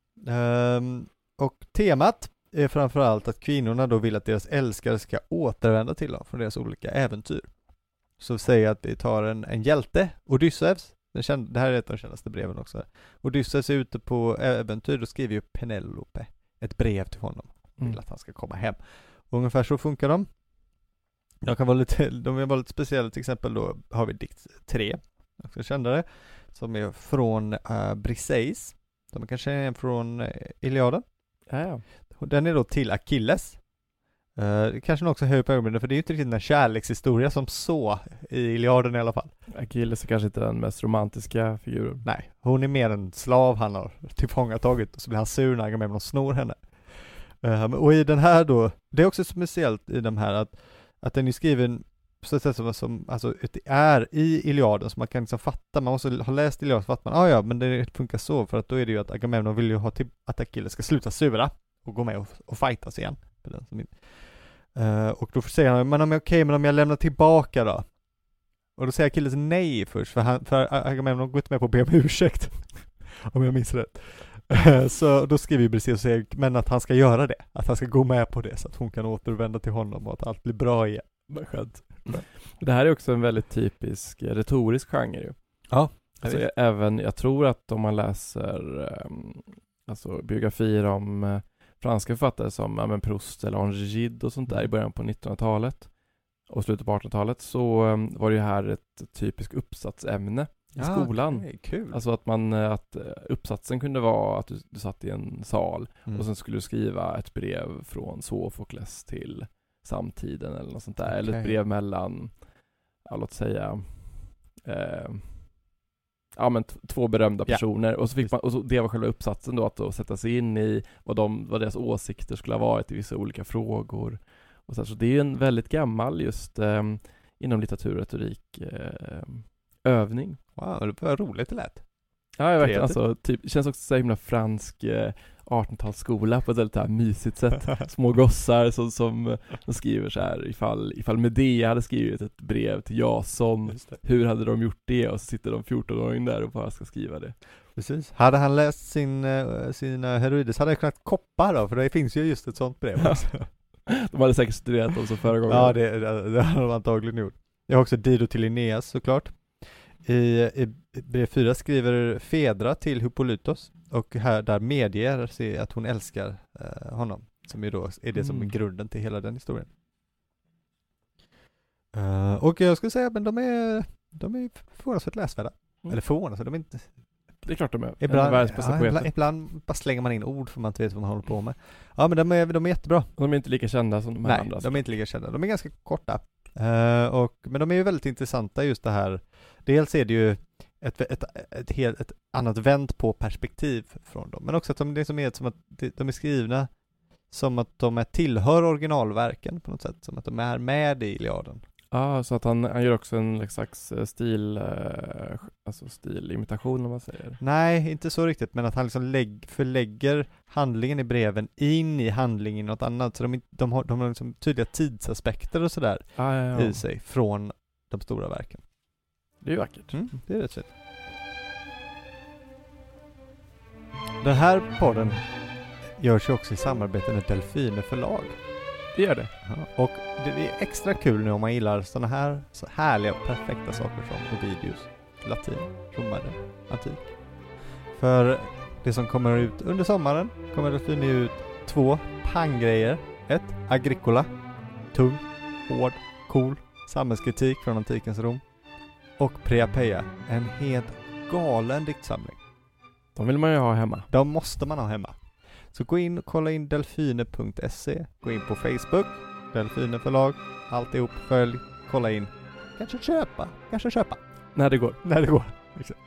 Um, och temat är framförallt att kvinnorna då vill att deras älskare ska återvända till dem från deras olika äventyr. Så säger att vi tar en, en hjälte, Odysseus. Den känd, det här är ett av de kändaste breven också. Odysseus är ute på äventyr, då skriver ju Penelope ett brev till honom. Vill Mm. att han ska komma hem. Och ungefär så funkar de. De kan vara lite, de är vara lite speciella, till exempel då har vi dikt tre, också kändare, som är från uh, Briseis. De kanske är från uh, Iliaden. Ja, ja. Den är då till Achilles. Uh, kanske också höjer på ögonen, för det är ju inte riktigt en kärlekshistoria som så i Iliaden i alla fall. Achilles är kanske inte den mest romantiska figuren. Nej, hon är mer en slav han har tillfångatagit, och så blir han sur när Agamemnon snor henne. Uh, och i den här då, det är också speciellt i de här att, att den är skriven på ett sätt som, som alltså, det är i Iliaden, så man kan liksom fatta, man måste ha läst Iliaden så fattar man, ah, ja, men det funkar så, för att då är det ju att Agamemnon vill ju ha till, att Achilles ska sluta sura och gå med och, och fightas igen. För den som Uh, och då säger han, men om jag, okej, men om jag lämnar tillbaka då? Och då säger Achilles nej först, för, han, för Agamemnon går inte med på att be om ursäkt. Om jag minns rätt. Uh, så då skriver ju Briseis och säger, men att han ska göra det. Att han ska gå med på det, så att hon kan återvända till honom och att allt blir bra igen. Vad skönt. Det här är också en väldigt typisk retorisk genre ju. Ja. Alltså, jag, även, jag tror att om man läser um, alltså, biografier om uh, franska författare som ja, men Proust eller Henri Gide och sånt där i början på nittonhundratalet och slutet på artonhundratalet, så um, var det ju här ett typiskt uppsatsämne i ja, skolan. Okay, kul. Alltså att man att uppsatsen kunde vara att du, du satt i en sal mm. och sen skulle du skriva ett brev från Sofokles till samtiden eller något sånt där. Okay. Eller ett brev mellan, ja, låt säga eh, ja, men t- två berömda personer. Yeah. Och så fick man, och så, det var själva uppsatsen då, att då sätta sig in i vad, de, vad deras åsikter skulle ha varit i vissa olika frågor. Och så, så det är ju en väldigt gammal just eh, inom litteratur och retorik eh, övning. Wow, det var roligt det lät. Ja, jag verkligen. Alltså, typ, det känns också så himla fransk eh, artonhundratalsskola på ett väldigt här mysigt sätt. Små gossar som, som, som skriver så här, ifall, ifall Medea hade skrivit ett brev till Jason, hur hade de gjort det? Och så sitter de fjorton-åringar där och bara ska skriva det. Precis. Hade han läst sin, sina Heroides, hade jag kunnat koppa då, för det finns ju just ett sånt brev också. De hade säkert studerat dem så förra gången. Ja, det, det, det har de antagligen gjort. Jag har också Dido till Linnaeus såklart. I, i brev fyra skriver Fedra till Hippolytos och här där medger sig att hon älskar eh, honom. Som ju då är det som är Mm. grunden till hela den historien. Uh, och jag skulle säga, men de är de är förvånansvärt läsvärda. Mm. Eller förvånansvärt, de är inte... Det är klart de är. Ibland, Världens bästa ja, poeter. ibland, ibland bara slänger man in ord för man inte vet vad man håller på med. Ja, men de är, de är jättebra. De är inte lika kända som de här Nej, andra. de är inte lika kända. De är ganska korta. Uh, och, men de är ju väldigt intressanta just det här. Dels är det ju ett, ett, ett, ett, helt, ett annat vänt på perspektiv från dem. Men också att de, det som är som att de är skrivna som att de är tillhör originalverken på något sätt. Som att de är med i Iliaden. Ja, ah, så att han, han gör också en slags stil, eh, alltså stilimitation om man säger. Nej, inte så riktigt, men att han liksom lägg, förlägger handlingen i breven in i handlingen i något annat. Så de, de har, de har liksom tydliga tidsaspekter och sådär Ah, ja, ja. i sig från de stora verken. Det är ju vackert. Mm, det är rätt fint. Den här podden görs ju också i samarbete med Delfine förlag. Det gör det. Ja, och det är extra kul nu om man gillar sådana här så härliga och perfekta saker som Ovidius, latin, romare, antik. För det som kommer ut under sommaren kommer Delfine ut två panggrejer. Ett, Agricola, tung, hård, cool, samhällskritik från antikens Rom. Och Priapeia, en helt galen diktsamling. De vill man ju ha hemma. De måste man ha hemma. Så gå in och kolla in delfine punkt se, gå in på Facebook, Delfine förlag, alltihop, följ, kolla in. Kanske köpa, kanske köpa. När det går. När det går. Exakt.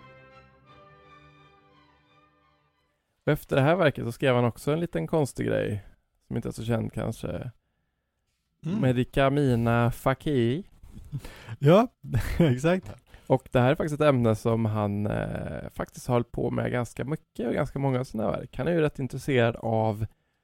Och efter det här verket så skrev han också en liten konstig grej som inte är så känd kanske. Mm. Medicamina facii. Ja, exakt. Och det här är faktiskt ett ämne som han eh, faktiskt har hållit på med ganska mycket och ganska många sådana verk. Han är ju rätt intresserad av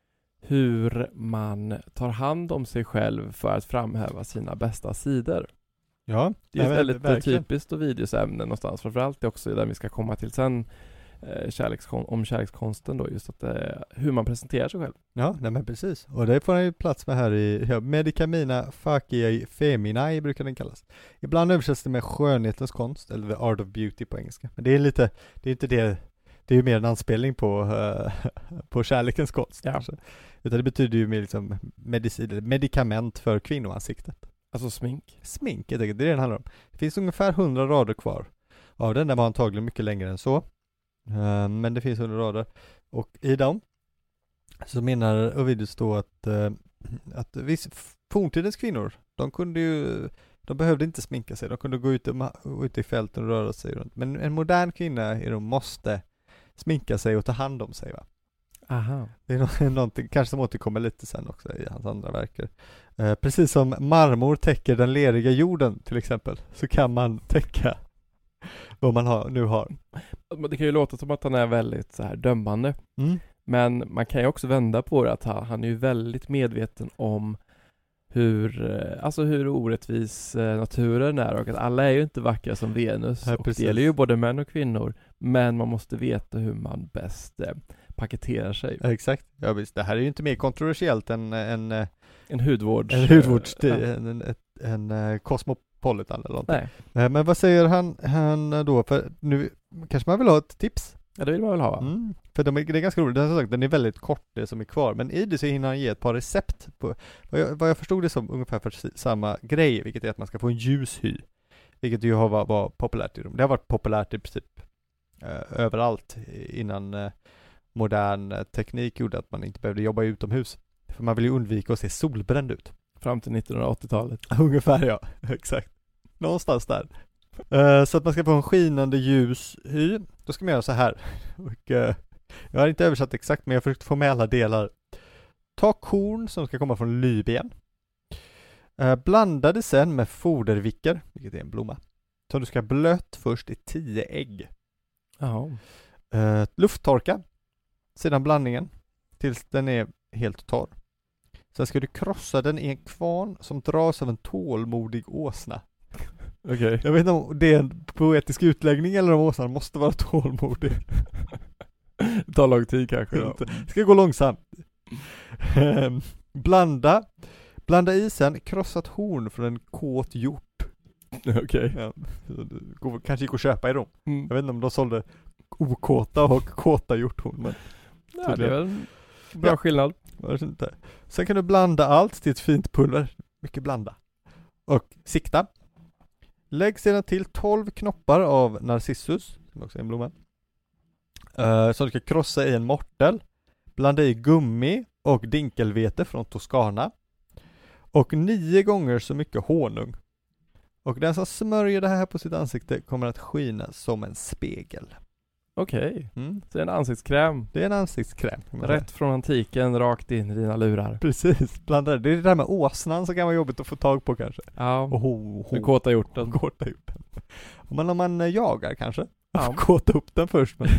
hur man tar hand om sig själv för att framhäva sina bästa sidor. Ja, Det är ett nej, väldigt verkligen. typiskt och videosämne någonstans. Framförallt det också där vi ska komma till sen eh, kärlekskon- om kärlekskonsten då. Just att eh, hur man presenterar sig själv. Ja, nej, men precis. Och det får han ju plats med här i ja, Medicamina faciae feminae brukar den kallas. Ibland översätts det med skönhetens konst eller the art of beauty på engelska. Men det är lite, det är inte det, det är ju mer en anspelning på, uh, på kärlekens konst. Ja. Kanske. Utan det betyder ju mer liksom medicin, medikament för kvinnoansiktet. Alltså smink. Smink, jag tänker, det är det den handlar om. Det finns ungefär hundra rader kvar. Av den där var antagligen mycket längre än så. Uh, men det finns hundra rader. Och i dem så menar Ovidius då att, uh, att viss forntidens kvinnor, de kunde ju, de behövde inte sminka sig. De kunde gå ut, ut i fälten och röra sig runt. Men en modern kvinna i dem måste sminka sig och ta hand om sig, va? Aha. Det är nå- någonting, kanske som återkommer lite sen också i hans andra verker. Eh, precis som marmor täcker den leriga jorden till exempel, så kan man täcka vad man har, nu har. Det kan ju låta som att han är väldigt så här dömande. Mm. Men man kan ju också vända på det att han, han är ju väldigt medveten om hur, eh, alltså hur orättvis eh, naturen är och att alla är ju inte vackra som Venus. Ja, och precis. det gäller ju både män och kvinnor. Men man måste veta hur man bäst eh, paketerar sig. Ja, exakt. Ja, visst. Det här är ju inte mer kontroversiellt än en, en, En hudvårds... en hudvårds eh, en, en, en, en cosmopolitan eller någonting. Nej, Eh, Men vad säger han, han då? För nu kanske man vill ha ett tips. ja, det vill man väl ha. Mm, för de är, det är ganska roligt, den, sagt, den är väldigt kort det som är kvar, men i det så hinner han ge ett par recept på, vad jag, vad jag förstod det som ungefär för si- samma grej, vilket är att man ska få en ljus hy, vilket ju har varit var populärt i Rom. Det har varit populärt i princip eh, överallt innan eh, modern eh, teknik gjorde att man inte behövde jobba utomhus, för man vill ju undvika att se solbränd ut. Fram till nittonhundraåttiotalet. Ungefär, ja, exakt. Någonstans där. Uh, så att man ska få en skinande ljus hy. Då ska man göra så här. Och, uh, jag har inte översatt exakt, men jag har försökt få med alla delar. Ta korn som ska komma från Libyen. Uh, blanda det sen med fodervicker, vilket är en blomma. Så du ska blött först i tio ägg. Jaha. Uh, lufttorka sedan blandningen tills den är helt torr. Sen ska du krossa den i en kvarn som dras av en tålmodig åsna. Okej. Okay. Jag vet inte om det är en poetisk utläggning eller om åsnan måste vara tålmodig. Det tar lång tid kanske då. Det ska gå långsamt. Blanda. Blanda i sen krossat horn från en kåt hjort. Okej. Okay. Ja, kanske gick att köpa i dem. Mm. Jag vet inte om de sålde okåta och kåta hjorthorn. Men ja, det är väl en bra ja. skillnad. Sen kan du blanda allt till ett fint pulver. Mycket blanda. Och sikta. Lägg sedan till tolv knoppar av narcissus, som också är en blomma. Uh, som du ska krossa i en mortel. Blanda i gummi och dinkelvete från Toscana. Och nio gånger så mycket honung. Och den som smörjer det här på sitt ansikte kommer att skina som en spegel. Okej, okay. mm. Så det är en ansiktskräm. Det är en ansiktskräm. Rätt från antiken, rakt in i dina lurar. Precis, blandar. Det är det där med åsnan som kan vara jobbigt att få tag på kanske. Ja, och ho, ho. kåta hjorten. Kåta hjorten. Men om man jagar kanske. Ja. Kåta upp den först. Men...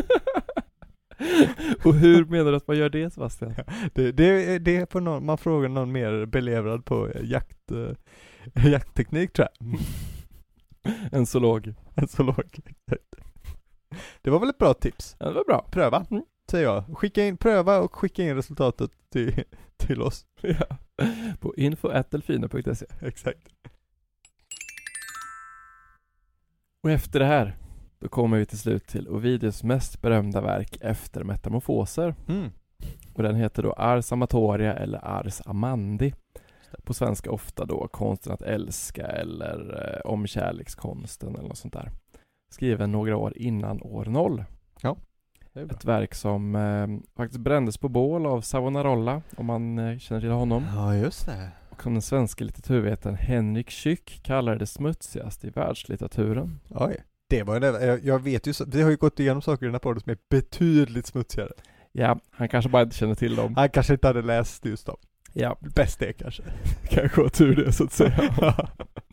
och hur menar du att man gör det, Sebastian? Ja, det, det, det är på någon, man frågar någon mer belevrad på jakt, äh, jaktteknik tror jag. En zoolog. En zoolog. Det var väl ett bra tips? Ja, det var bra. Pröva, mm. säger jag. Skicka in, pröva och skicka in resultatet till, till oss. Ja. På info at delfiner punkt se. Exakt. Och efter det här, då kommer vi till slut till Ovidius mest berömda verk efter metamorfoser. Mm. Och den heter då Ars Amatoria eller Ars Amandi. På svenska ofta då konsten att älska eller eh, om kärlekskonsten eller något sånt där. Skriven några år innan år noll. Ja. Ett verk som eh, faktiskt brändes på bål av Savonarola, om man eh, känner till honom. Ja, just det. Och som den svenska litteraturvetaren Henrik Schück kallar det smutsigast i världslitteraturen. Oj. Det var det. Jag, jag vet ju, så, vi har ju gått igenom saker i den här podden som är betydligt smutsigare. Ja, han kanske bara inte känner till dem. Han kanske inte hade läst just dem. Ja. Bäst det kanske. Kanske var tur det så att säga.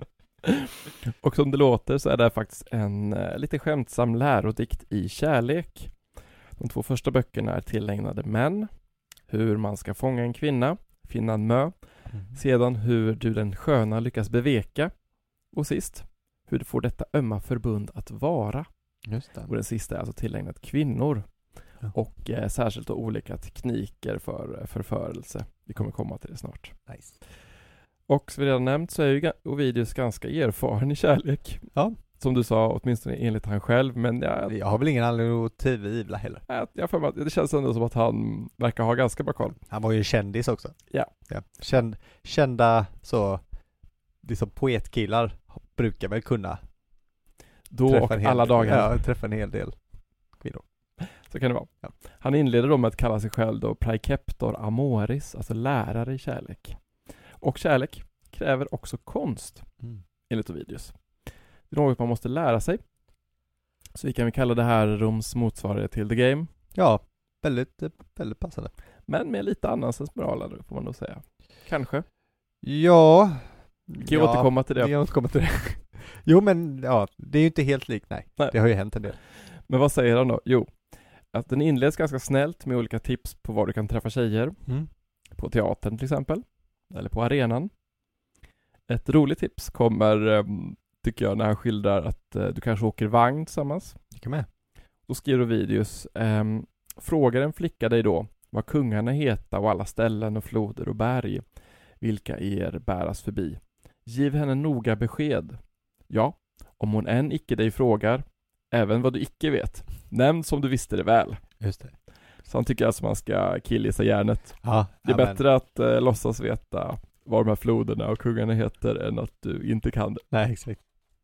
Och som det låter så är det faktiskt en uh, lite skämtsam lärodikt i kärlek. De två första böckerna är tillägnade män. Hur man ska fånga en kvinna, finna en mö. Mm. Sedan hur du den sköna lyckas beveka. Och sist, hur du får detta ömma förbund att vara. Just det. Och den sista är alltså tillägnat kvinnor. Ja. Och eh, särskilt då olika tekniker för eh, förförelse. Vi kommer komma till det snart. Nice. Och som vi redan nämnt så är ju Ovidius ganska erfaren i kärlek. Ja. Som du sa, åtminstone enligt han själv. Men jag, jag har väl ingen anledning att tvivla heller. Jag, jag för mig att det känns ändå som att han verkar ha ganska bra koll. Han var ju kändis också. Ja. ja. Känd, kända så, liksom poetkillar brukar väl kunna då och hel, alla dagar. Ja, träffa en hel del kvinnor. Så kan det vara. Ja. Han inleder då med att kalla sig själv då praeceptor amoris, alltså lärare i kärlek. Och kärlek kräver också konst, mm. enligt Ovidius. Det är något man måste lära sig. Så vi kan väl kalla det här Roms motsvarighet till The Game. Ja, väldigt, väldigt passande. Men med lite annan sensmoral får man nog säga. Kanske. Ja. Vi kan ju ja, återkomma till det. Vi återkomma till det. Jo, men ja, det är ju inte helt likt, nej. nej. Det har ju hänt en del. Men vad säger han då? Jo, att den inleds ganska snällt med olika tips på var du kan träffa tjejer. Mm. På teatern till exempel. Eller på arenan. Ett roligt tips kommer, tycker jag, när han skildrar att du kanske åker vagn tillsammans. Jag kan med. Då skriver Ovidius, ehm, frågar en flicka dig då vad kungarna heta och alla ställen och floder och berg, vilka er bäras förbi. Giv henne noga besked. Ja, om hon än icke dig frågar, även vad du icke vet. Nämn som du visste det väl. Just det. Så han tycker alltså man ska killgissa hjärnet. Ja, det är amen. bättre att eh, låtsas veta vad de här floderna och kungarna heter än att du inte kan det. Nej, exakt.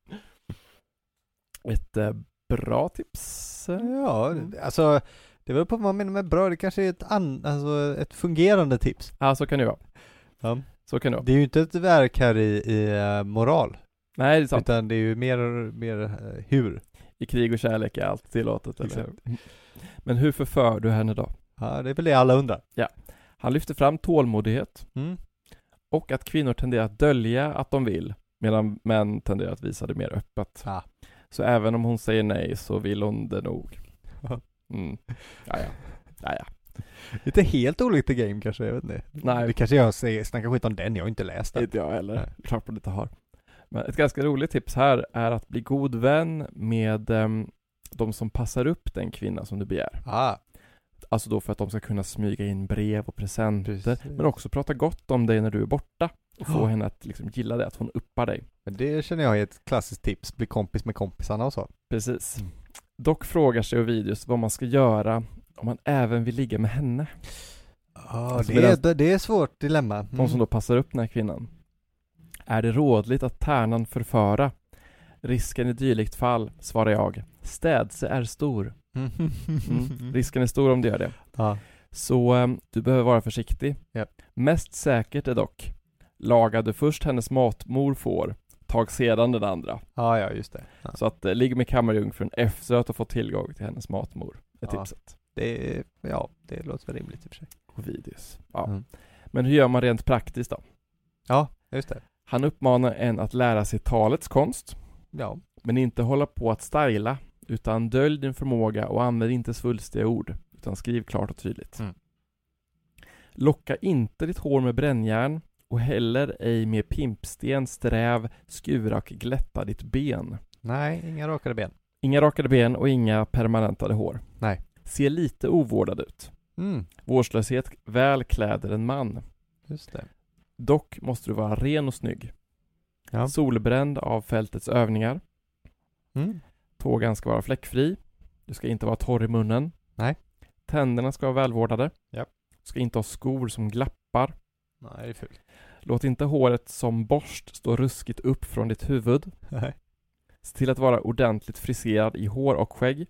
Ett eh, bra tips. Ja, alltså det var på vad man menar med bra. Det kanske är ett, an, alltså, ett fungerande tips. Ja, så kan det vara. Ja. Så kan det vara. Det är ju inte ett verk här i, i uh, moral. Nej, det är sant. Utan det är ju mer, mer uh, hur. I krig och kärlek är allt tillåtet. Eller? Men hur förför du henne då? Ja, det är väl det alla undrar. Ja. Han lyfter fram tålmodighet. Mm. Och att kvinnor tenderar att dölja att de vill. Medan män tenderar att visa det mer öppet. Ja. Så även om hon säger nej så vill hon det nog. Mm. Ja, ja. Ja, ja. Inte helt olikt game kanske, jag vet inte. Nej. Det kanske jag säger, snackar skit om den, jag har inte läst den. Inte jag heller. Klart man inte har. Men ett ganska roligt tips här är att bli god vän med um, de som passar upp den kvinna som du begär. Ah. Alltså då för att de ska kunna smyga in brev och presenter. Precis. Men också prata gott om dig när du är borta. Och få Ja. henne att liksom gilla det, att hon uppar dig. Men det känner jag är ett klassiskt tips. Bli kompis med kompisarna och så. Precis. Mm. Dock frågar sig Ovidius vad man ska göra om man även vill ligga med henne. Ja, Alltså det, medan- är, det är ett svårt dilemma. Mm. De som då passar upp den här kvinnan. Är det rådligt att tärnan förföra? Risken i dylikt fall, svarar jag. Städse är stor. Mm. Mm. Risken är stor om du gör det. Ja. Så um, du behöver vara försiktig. Yep. Mest säkert är dock, laga du först hennes matmor får, tag sedan den andra. Ja, ja, just det. Ja. Så att uh, ligg med kammarjungfrun efter att ha fått tillgång till hennes matmor. Är Ja. tipset. Det, är, ja, det låter väl rimligt i och för sig. Ovidius. Ja. Mm. Men hur gör man rent praktiskt då? Ja, just det. Han uppmanar en att lära sig talets konst, Ja. men inte hålla på att styla, utan dölj din förmåga och använd inte svulstiga ord, utan skriv klart och tydligt. Mm. Locka inte ditt hår med brännjärn och heller ej med pimpsten, sträv, skura och glätta ditt ben. Nej, inga rakade ben. Inga rakade ben och inga permanentade hår. Nej. Se lite ovårdad ut. Mm, Vårdslöshet väl kläder en man. just det. Dock måste du vara ren och snygg. Ja. Solbränd av fältets övningar. Mm. Tågan ska vara fläckfri. Du ska inte vara torr i munnen. Nej. Tänderna ska vara välvårdade. Ja. Du ska inte ha skor som glappar. Nej, det är fult. Låt inte håret som borst stå ruskigt upp från ditt huvud. Nej. Se till att vara ordentligt friserad i hår och skägg.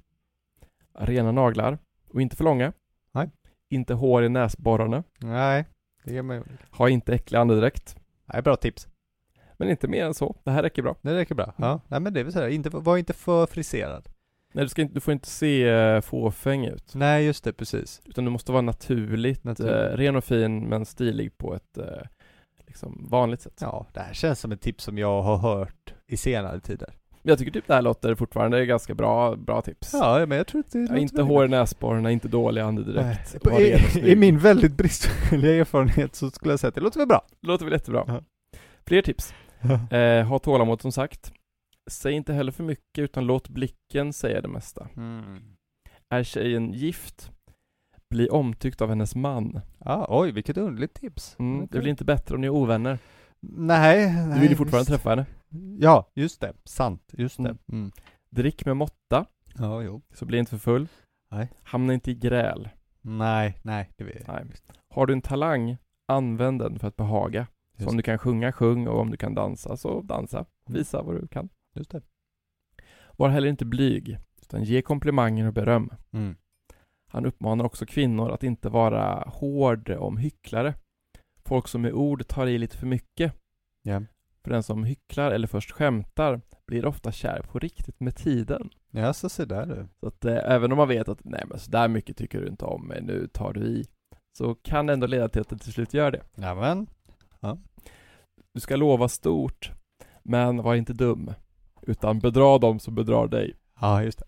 Rena naglar. Och inte för långa. Nej. Inte hår i näsborrarna. Nej, det gör man ju. Ha inte äcklig andedräkt. Nej, bra tips. Men inte mer än så. Det här räcker bra. Det räcker bra. Ja. Nej, men det är väl sådär. Inte, var inte för friserad. Nej, du, ska inte, du får inte se uh, fåfäng ut. Nej, just det, precis. Utan du måste vara naturligt, Naturligt. Eh, ren och fin men stilig på ett eh, liksom vanligt sätt. Ja, det här känns som ett tips som jag har hört i senare tider. Men jag tycker typ det här låter fortfarande ganska bra, bra tips. Ja, men jag tror att det Ja, låter inte väldigt hår i bra. näsborrarna, inte dålig andedräkt. Nej. och vara ren och I, snygg. I min väldigt bristfälliga erfarenhet så skulle jag säga att det låter väl bra. Låter väl jättebra. Ja. Fler tips. Eh, ha tålamod som sagt. Säg inte heller för mycket utan låt blicken säga det mesta. Mm. Är tjejen gift? Bli omtyckt av hennes man. Ja, oj, vilket underligt tips. Mm, det Okej. blir inte bättre om ni är ovänner. Nej, nej. Du vill ju fortfarande visst. träffa henne. Ja, just det. Sant, just det. Mm. Mm. Drick med måtta, Ja, jo. så bli inte för full. Nej. Hamna inte i gräl. Nej, nej, det vet jag. Nej. Har du en talang, använd den för att behaga. Så Just om du kan sjunga, sjung och om du kan dansa, så dansa. Visa vad du kan. Just det. Var heller inte blyg, utan ge komplimanger och beröm. Mm. Han uppmanar också kvinnor att inte vara hård om hycklare. Folk som med ord tar i lite för mycket. Ja. För den som hycklar eller först skämtar blir ofta kär på riktigt med tiden. Ja, så se där du. Så att eh, även om man vet att nej men så där mycket tycker du inte om mig, nu tar du i. Så kan det ändå leda till att det till slut gör det. Ja, men. Du ska lova stort, men var inte dum. Utan bedra dem som bedrar dig. Ja, just det.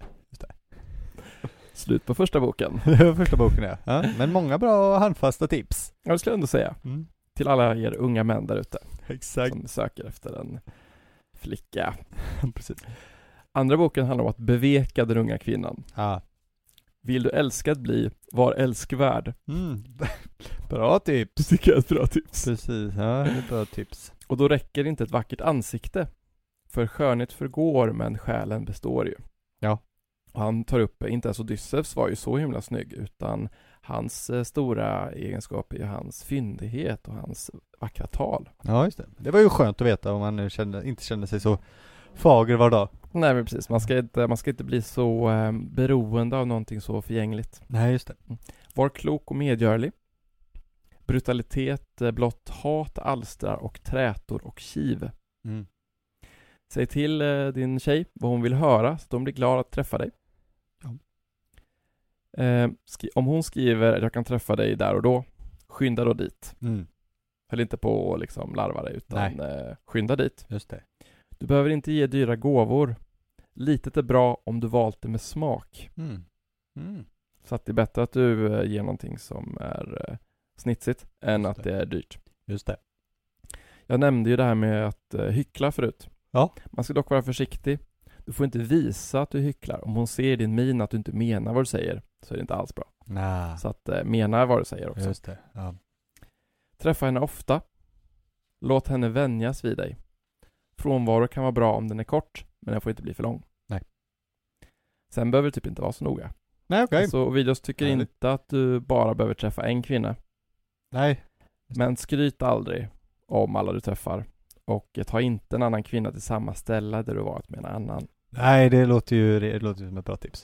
Slut på första boken. Det var första boken, ja. Ja. Men många bra handfasta tips. Jag skulle ändå säga. Mm. Till alla er unga män där ute. Exakt. Som söker efter en flicka. Precis. Andra boken handlar om att beveka den unga kvinnan. Ja. Vill du älskad bli, var älskvärd. Mm. Bra tips. Det tycker jag är ett bra tips. Precis, ja, det är bra tips. Och då räcker inte ett vackert ansikte. För skönhet förgår, men själen består ju. Ja. Och han tar upp, inte ens Odysseus var ju så himla snygg, utan hans eh, stora egenskap är ju hans fyndighet och hans vackra tal. Ja, just det. Det var ju skönt att veta om man nu kände, inte kände sig så fager var dag. Nej men precis, man ska inte, man ska inte bli så eh, beroende av någonting så förgängligt. Nej, just det. Var klok och medgörlig. Brutalitet, eh, blott hat, alstrar och trätor och kiv. Mm. Säg till eh, din tjej vad hon vill höra så att hon blir glad att träffa dig. Ja. Eh, skri- om hon skriver att jag kan träffa dig där och då, skynda då dit. Mm. Höll inte på att liksom larva dig utan eh, skynda dit. Just det. Du behöver inte ge dyra gåvor. Litet är bra om du valt det med smak. Mm. Mm. Så att det är bättre att du eh, ger någonting som är eh, snitsigt än Just att det. det är dyrt. Just det. Jag nämnde ju det här med att eh, hyckla förut. Ja. Man ska dock vara försiktig. Du får inte visa att du hycklar. Om hon ser i din min att du inte menar vad du säger, så är det inte alls bra. Nah. Så att eh, mena vad du säger också. Just det. Ja. Träffa henne ofta. Låt henne vänjas vid dig. Frånvaro kan vara bra om den är kort, men den får inte bli för lång. Nej. Sen behöver det typ inte vara så noga. Nej, okej. Så Ovidius tycker Nej, det- inte att du bara behöver träffa en kvinna. Nej. Men skryt aldrig om alla du träffar. Och eh, ta inte en annan kvinna till samma ställe där du varit med en annan. Nej, det låter ju, det låter ju som ett bra tips.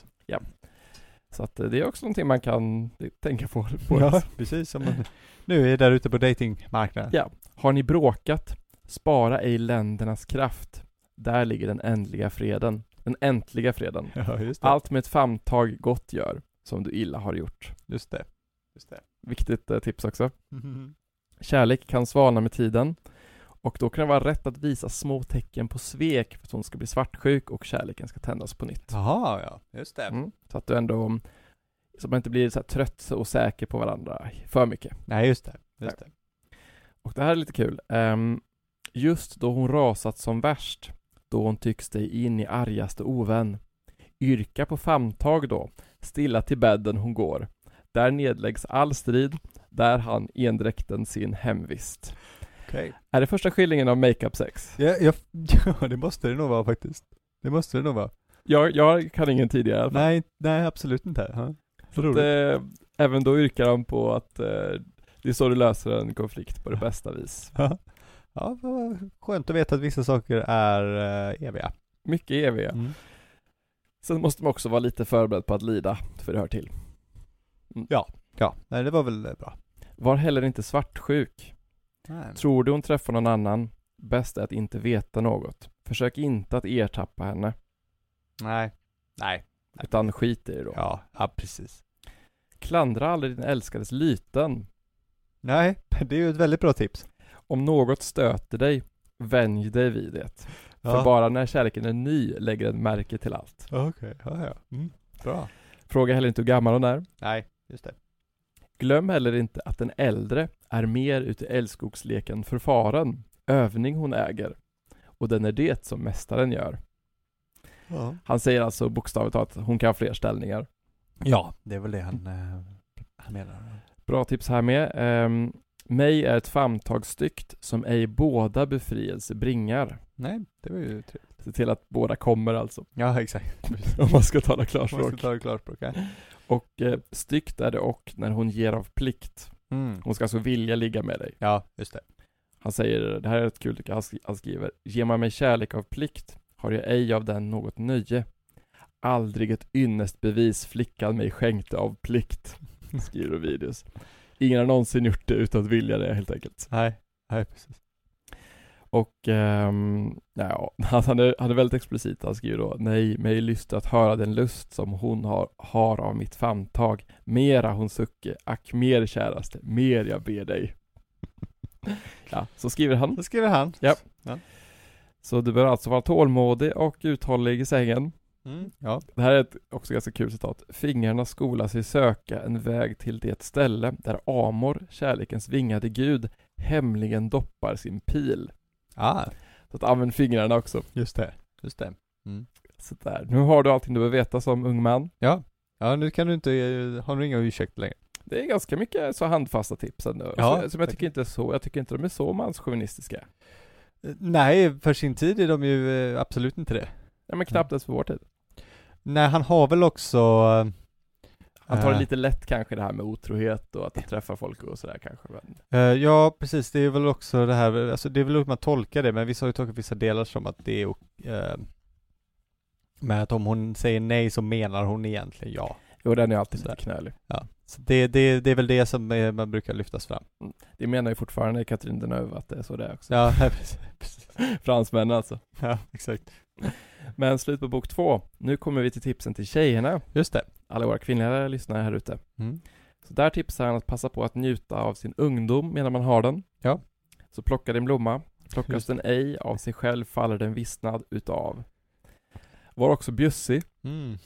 Så att eh, det är också någonting man kan eh, tänka på. på Ja, precis som man nu är där ute på datingmarknaden. Ja. Har ni bråkat? Spara ej ländernas kraft. Där ligger den ändliga freden. Den äntliga freden. Ja, just det. Allt med ett famntag gott gör, som du illa har gjort. Just det. Just det. Viktigt eh, tips också. Kärlek kan svalna med tiden. Och då kan det vara rätt att visa små tecken på svek för att hon ska bli svartsjuk och kärleken ska tändas på nytt. Jaha, ja. Just det. Mm. Så att du ändå, så att man inte blir så här trött och säker på varandra för mycket. Nej, just det. Just det. Och det här är lite kul. Um, just då hon rasat som värst, då hon tycks dig in i argaste ovän. Yrka på famntag då, stilla till bädden hon går. Där nedläggs all strid, där han endräkten sin hemvist. Okej. Är det första skildringen av makeup sex? Ja, ja, ja, det måste det nog vara faktiskt. Det måste det nog vara. Jag, jag kan ingen tidigare i alla fall. Nej, nej, absolut inte. Ja. Så Så att, roligt. eh, även då yrkar han på att eh, det är så du löser en konflikt på det bästa vis. Ja, ja, vad skönt att veta att vissa saker är uh, eviga. Mycket eviga. Mm. Sen måste man också vara lite förberedd på att lida, för det hör till. Ja, nej, det var väl eh, bra. Var heller inte svartsjuk. Nej. Tror du hon träffar någon annan, bäst är att inte veta något. Försök inte att ertappa henne, Nej. Nej. utan skit i det då. Ja, ja, precis. Klandra aldrig din älskades lyten. Nej, det är ju ett väldigt bra tips. Om något stöter dig, vänj dig vid det. Ja. För bara när kärleken är ny lägger den märke till allt. Okej, ja, ja. Mm. Bra. Fråga heller inte hur gammal hon är. Nej, just det. Glöm heller inte att den äldre är mer ute i älskogsleken förfaren, övning hon äger. Och den är det som mästaren gör. Ja. Han säger alltså bokstavligt talat att hon kan ha fler ställningar. Ja, det är väl det han, eh, han menar. Bra tips här med. Um, mig är ett famntag styggt som ej båda befrielse bringar. Nej, det var ju trevligt. Se till att båda kommer alltså. Ja, exakt. Om man ska tala Man klarspråk. ska ta det klarspråk, ja. Och eh, styggt är det och när hon ger av plikt. Mm. Hon ska alltså vilja ligga med dig. Ja, just det. Han säger, det här är ett kul tycker jag, han sk- han skriver. Ger man mig kärlek av plikt har jag ej av den något nöje. Aldrig ett ynnest bevis flickan mig skänkte av plikt. Skriver Ovidius. Ingen har någonsin gjort det utan att vilja det helt enkelt. Nej, nej, precis. Och ähm, ja, han, är, han är väldigt explicit. Han skriver då: nej, mig lyst att höra den lust som hon har, har av mitt famntag. Mera hon sucke, ack mer käraste, mer jag ber dig. Ja, så skriver han. Då skriver han. Ja. Så du bör alltså vara tålmodig och uthållig i sängen. Mm. Ja. Det här är ett också ganska kul citat. Fingrarna skola sig söka en väg till det ställe där Amor, kärlekens vingade gud, hemligen doppar sin pil. Ah, Så att använd fingrarna också. just det. Just det. Mm. Så där. Nu har du allting du behöver veta som ung man. Ja. Ja, nu kan du inte, eh, har du inga ursäkter längre. Det är ganska mycket så handfasta tips ändå. Ja, så, som jag tack. tycker inte är så, jag tycker inte de är så manschauvinistiska. Eh, Nej, för sin tid är de ju eh, absolut inte det. Ja, men knappt ens för vår tid. Nej, han har väl också... eh, Han tar det eh, lite lätt kanske det här med otrohet och att det träffar folk och sådär kanske. Men... eh, ja, precis. Det är väl också det här, alltså det är väl hur man tolkar det, men vissa har ju tolkat vissa delar som att det är eh, med att om hon säger nej så menar hon egentligen ja. Jo, den är alltid Sådär. lite knölig. Ja. Så det, det, det är väl det som eh, man brukar lyftas fram. Det menar ju fortfarande Katrin Deneuve att det är så det är också. Ja, precis. precis. Fransmän alltså. Ja, exakt. Men slut på bok två. Nu kommer vi till tipsen till tjejerna. Just det. Alla våra kvinnliga lyssnare här ute. Mm. Så där tipsar han att passa på att njuta av sin ungdom medan man har den. Ja. Så plocka din blomma. Plockas Just den ej, av sig själv faller den vissnad utav. Var också bjussig. Mm.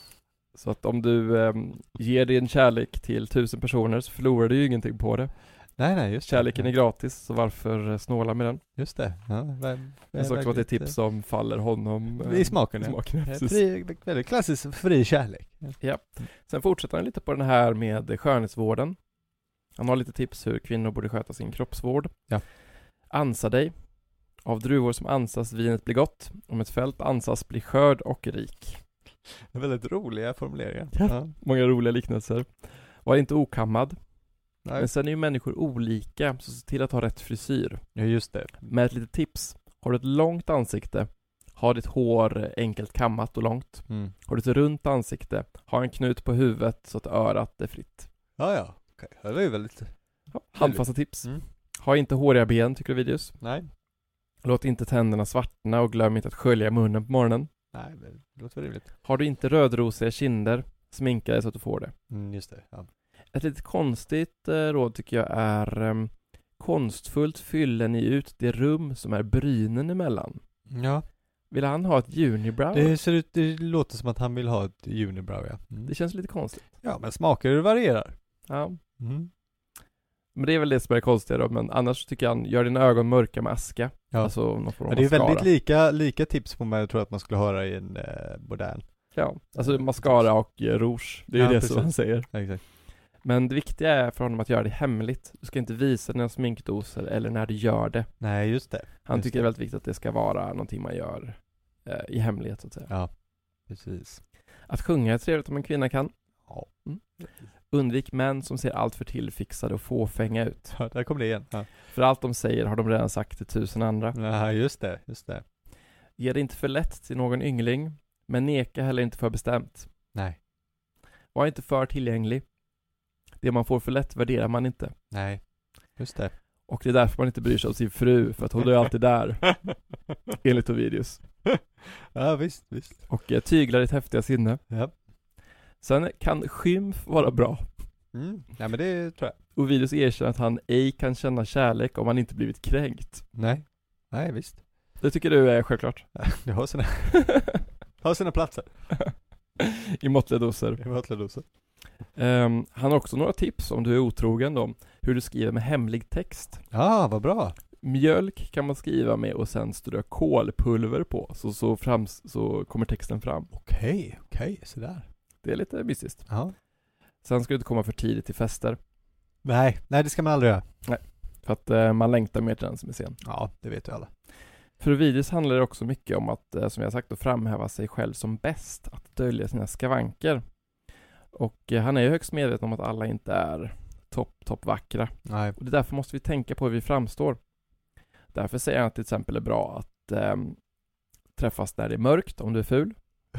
Så att om du eh, ger din kärlek till tusen personer så förlorar du ju ingenting på det. Nej, nej, just Kärleken det. är gratis, så varför snåla med den? Just det. Ja, vem, Det är också att det är tips som faller honom i smaken. I Ja. smaken ja, precis. Fri, väldigt klassisk fri kärlek. Ja. Sen fortsätter han lite på den här med skönhetsvården. Han har lite tips hur kvinnor borde sköta sin kroppsvård. Ja. Ansa dig. Av druvor som ansas vinet blir gott. Om ett fält ansas blir skörd och rik. Väldigt roliga formuleringar. Ja. Ja. Många roliga liknelser. Var inte okammad. Nej. Men sen är ju människor olika, så se till att ha rätt frisyr. Ja, just det. Med ett litet tips. Har du ett långt ansikte, ha ditt hår enkelt kammat och långt. Mm. Har du ett runt ansikte, ha en knut på huvudet så att örat är fritt. Ja, ja. Okej. Okay. Det är väldigt... Ja, handfasta tips. Mm. Ha inte håriga ben, tycker du videos. Nej. Låt inte tänderna svartna och glöm inte att skölja munnen på morgonen. Nej, men det låter rimligt. Har du inte rödrosiga kinder, sminka dig så att du får det. Mm, just det. Ja. Ett lite konstigt eh, råd tycker jag är eh, konstfullt fyller ni ut det rum som är brynen emellan. Ja. Vill han ha ett unibrow? Det ser ut, det låter som att han vill ha ett unibrow, ja. Mm. Det känns lite konstigt. Ja, men smaker varierar. Ja. Mm. Men det är väl det som är konstigt då. Men annars tycker jag han gör dina ögon mörka med aska. Ja. Alltså någon form av Ja, det är mascara. väldigt lika, lika tips på mig, jag tror att man skulle höra i en eh, modern. Ja, alltså mascara och eh, rouge. Det är Ja, ju det precis. som han säger. Ja, exakt. Men det viktiga är för honom att göra det hemligt. Du ska inte visa dina sminkdoser eller när du gör det. Nej, just det. Han Just tycker det. det är väldigt viktigt att det ska vara någonting man gör eh, i hemlighet så att säga. Ja, precis. Att sjunga är trevligt om en kvinna kan. Ja. Mm. Undvik män som ser allt för tillfixade och fåfänga ut. Ja, där kom det igen. Ja. För allt de säger har de redan sagt till tusen andra. Ja, just det, just det. Ge det inte för lätt till någon yngling, men neka heller inte för bestämt. Nej, Var inte för tillgänglig. Det man får för lätt värderar man inte. nej, just det. Och det är därför man inte bryr sig om sin fru, för att hon är alltid där. Enligt Ovidius. Ja, visst, visst. Och eh, tyglar ditt häftiga sinne. Ja. Sen kan skymf vara bra. Mm. Ja, men det tror jag. Ovidius erkänner att han ej kan känna kärlek om han inte blivit kränkt. Nej, nej, visst. Det tycker du är självklart. Det har sina, har sina platser. I måttliga doser. I måttliga doser. Um, han har också några tips om du är otrogen då. Hur du skriver med hemlig text. Ja, vad bra. Mjölk kan man skriva med och sen strö kolpulver på. Så, så, fram, så kommer texten fram. Okej, okej, sådär. Det är lite mystiskt. Ja. Sen ska du inte komma för tidigt till fester. Nej, nej det ska man aldrig göra. För att eh, man längtar mer till den som är sen. Ja, det vet ju alla. För Ovidius handlar det också mycket om att, eh, som jag sagt, att framhäva sig själv som bäst. Att dölja sina skavanker. Och eh, han är ju högst medveten om att alla inte är topp, topp vackra. Nej. Och det är därför måste vi tänka på hur vi framstår. Därför säger han att det till exempel är bra att eh, träffas när det är mörkt om du är ful.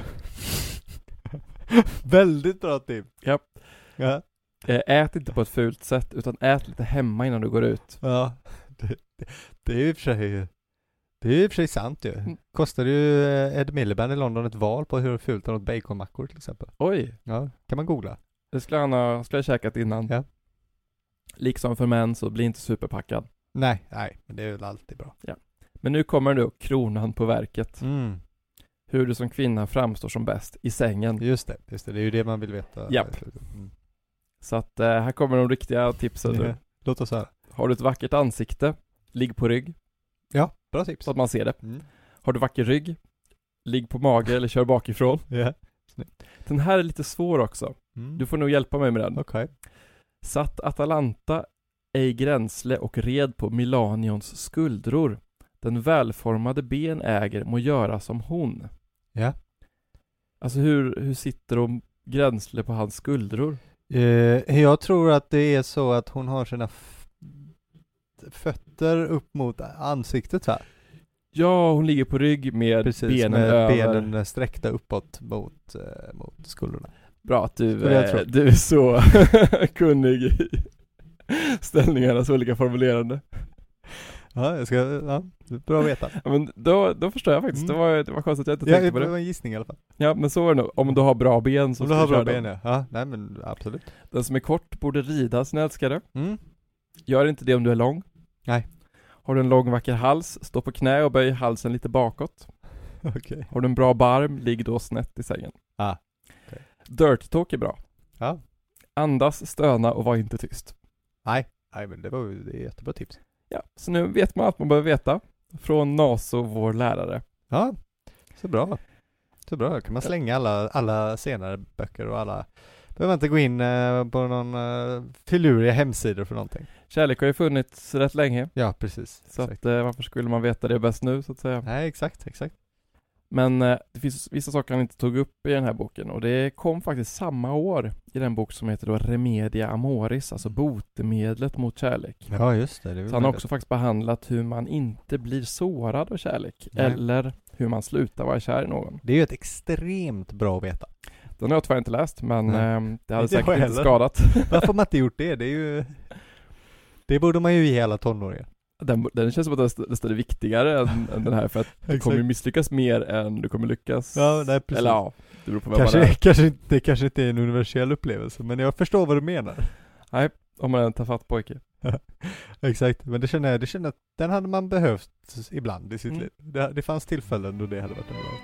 Väldigt bra tip. Ja. Ja. Eh, ät inte på ett fult sätt utan ät lite hemma innan du går ut. Ja. Det, det, det är ju i och för sig det är ju i och för sig sant ju. Mm. Kostade ju eh, Ed Miliband i London ett val på hur fult han åt baconmackor till exempel. Oj, Ja, kan man googla. det skulle han ha, skulle ha käkat innan. Ja. Liksom för män så bli inte superpackad. Nej, nej, men det är väl alltid bra. Men nu kommer nu kronan på verket. Mm. Hur du som kvinna framstår som bäst i sängen. Just det, just det. Det är ju det man vill veta. Japp. Mm. Så att eh, här kommer de riktiga tipsen nu. Ja. Låt oss höra. Har du ett vackert ansikte, ligg på rygg Ja, bra tips. så att man ser det. Mm. Har du vacker rygg, ligg på mage eller kör bakifrån. Ja. Den här är lite svår också. Mm. Du får nog hjälpa mig med den. Okej. Satt Atalanta ej gränsle och red på Milanions skuldror. Den välformade ben äger må göra som hon. Ja. Alltså hur, hur sitter de gränsle på hans skuldror? Eh, jag tror att det är så att hon har sina f- fötter upp mot ansiktet så här. Ja, hon ligger på rygg med Precis, benen med över. benen sträckta uppåt mot, eh, mot skulderna. Bra att du, Skulle jag eh, tro. du är så kunnig i ställningarnas olika formulerande. Ja, jag ska, ja, bra att veta. Ja, men då, då förstår jag faktiskt. Mm. Det, var, det var konstigt att jag inte Ja, tänkte det på det. var en gissning i alla fall. Ja, men så är det nog. Om du har bra ben så Om ska du har köra bra dem. ben, ja. Ja, nej men absolut. Den som är kort borde rida sin älskare. Mm. Gör inte det om du är lång. Nej. Har du en lång vacker hals, stå på knä och böj halsen lite bakåt. Okej. Okay. Har du en bra barm, ligg då snett i sängen. Ah, okay. Dirty talk är bra. Ja. Andas, stöna och var inte tyst. Nej, Nej, men det var ju det är jättebra tips. Ja, så nu vet man allt man behöver veta från Naso, vår lärare. Ja, så bra. Så bra, då kan man slänga alla, alla senare böcker och alla, behöver man inte gå in eh, på någon eh, filuriga hemsidor för någonting. Kärlek har ju funnits rätt länge. Ja, precis. Så exakt. att, eh, varför skulle man veta det bäst nu, så att säga? Nej, exakt, exakt. Men eh, det finns vissa saker han inte tog upp i den här boken, och det kom faktiskt samma år i den bok som heter då Remedia Amoris, alltså botemedlet mot kärlek. Ja, just det. det är Så han har också faktiskt behandlat hur man inte blir sårad av kärlek, Nej. eller hur man slutar vara kär i någon. Det är ju ett extremt bra att veta. Den har jag tyvärr inte läst, men Nej. eh, det hade Inte säkert jag inte heller. skadat. Varför har man inte gjort det? Det är ju... Det borde man ju ge alla tonåringar. Den, den känns som att den är nästan viktigare än, än den här, för att du Exakt. kommer ju misslyckas mer än du kommer lyckas. Ja, nej, precis. Eller ja, det beror på vem Kanske, man är. kanske, inte- det kanske inte är en universell upplevelse, men jag förstår vad du menar. Nej, om man är en tafatt pojke. Exakt, men det känner jag, det känner jag att den hade man behövt ibland i sitt Mm. liv. Det, det fanns tillfällen då det hade varit en bra.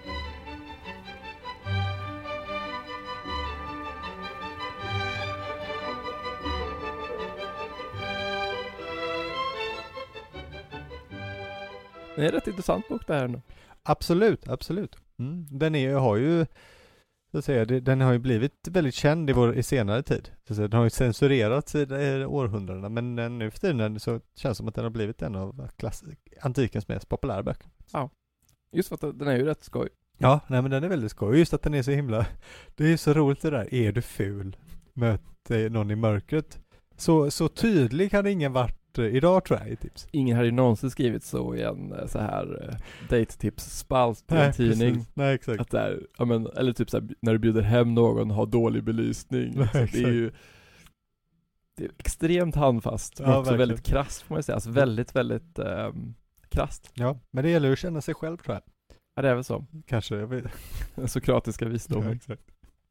Det är en rätt intressant bok det här nu. Absolut, absolut. Mm. Den är, har ju, så att säga, det, den har ju blivit väldigt känd i, vår, i senare tid. Så att säga, den har ju censurerats i de århundradena, men den, nu för tiden så känns det som att den har blivit en av klass, antikens mest populära böcker. Just för att den är ju rätt skoj. Ja, nej men den är väldigt skoj. Just att den är så himla, det är ju så roligt det där. Är du ful? Möte någon i mörkret. Så, så tydlig hade ingen varit eh, idag, tror jag, i tips. Ingen hade ju någonsin skrivit så i en eh, så här uh, date-tips-spalt i en Nej, tidning. precis. Nej, exakt. Att där, ja, men, eller typ så här, när du bjuder hem någon, har dålig belysning. Nej, Så det är exakt. ju det är extremt handfast, men Ja, också verkligen. väldigt krasst, får man säga. Alltså väldigt, väldigt um, krasst. Ja, men det gäller att känna sig själv, tror jag. Ja, det är väl så. Kanske, jag vet. Den sokratiska Ja, visdomen. exakt.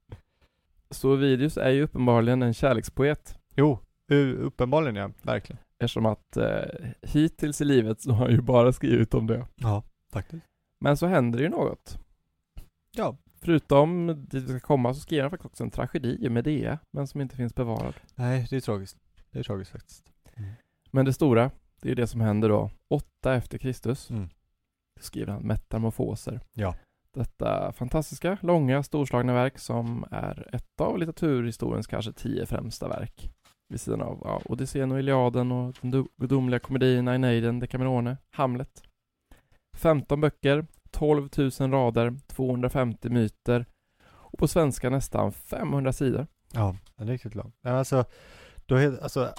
Så Ovidius är ju uppenbarligen en kärlekspoet. Jo, u- uppenbarligen ja, verkligen. Eftersom att eh, hittills i livet så har han ju bara skrivit om det. Ja, faktiskt. Men så händer ju något. Ja. Förutom det ska komma så skriver han faktiskt också en tragedi, Medea, men som inte finns bevarad. Nej, det är tragiskt. Det är tragiskt faktiskt. Men det stora, det är ju det som händer då, åtta efter Kristus. Mm. Då skriver han Metamorfoser. Ja. Detta fantastiska, långa, storslagna verk som är ett av litteraturhistoriens kanske tio främsta verk. Vid sidan av ja, Odysseen och Iliaden och den du- gudomliga komedierna, Aeneiden, Decamerone, Hamlet. femton böcker, tolv tusen rader, tvåhundrafemtio myter och på svenska nästan femhundra sidor. Ja, den är riktigt lång. Nej, alltså, då är, alltså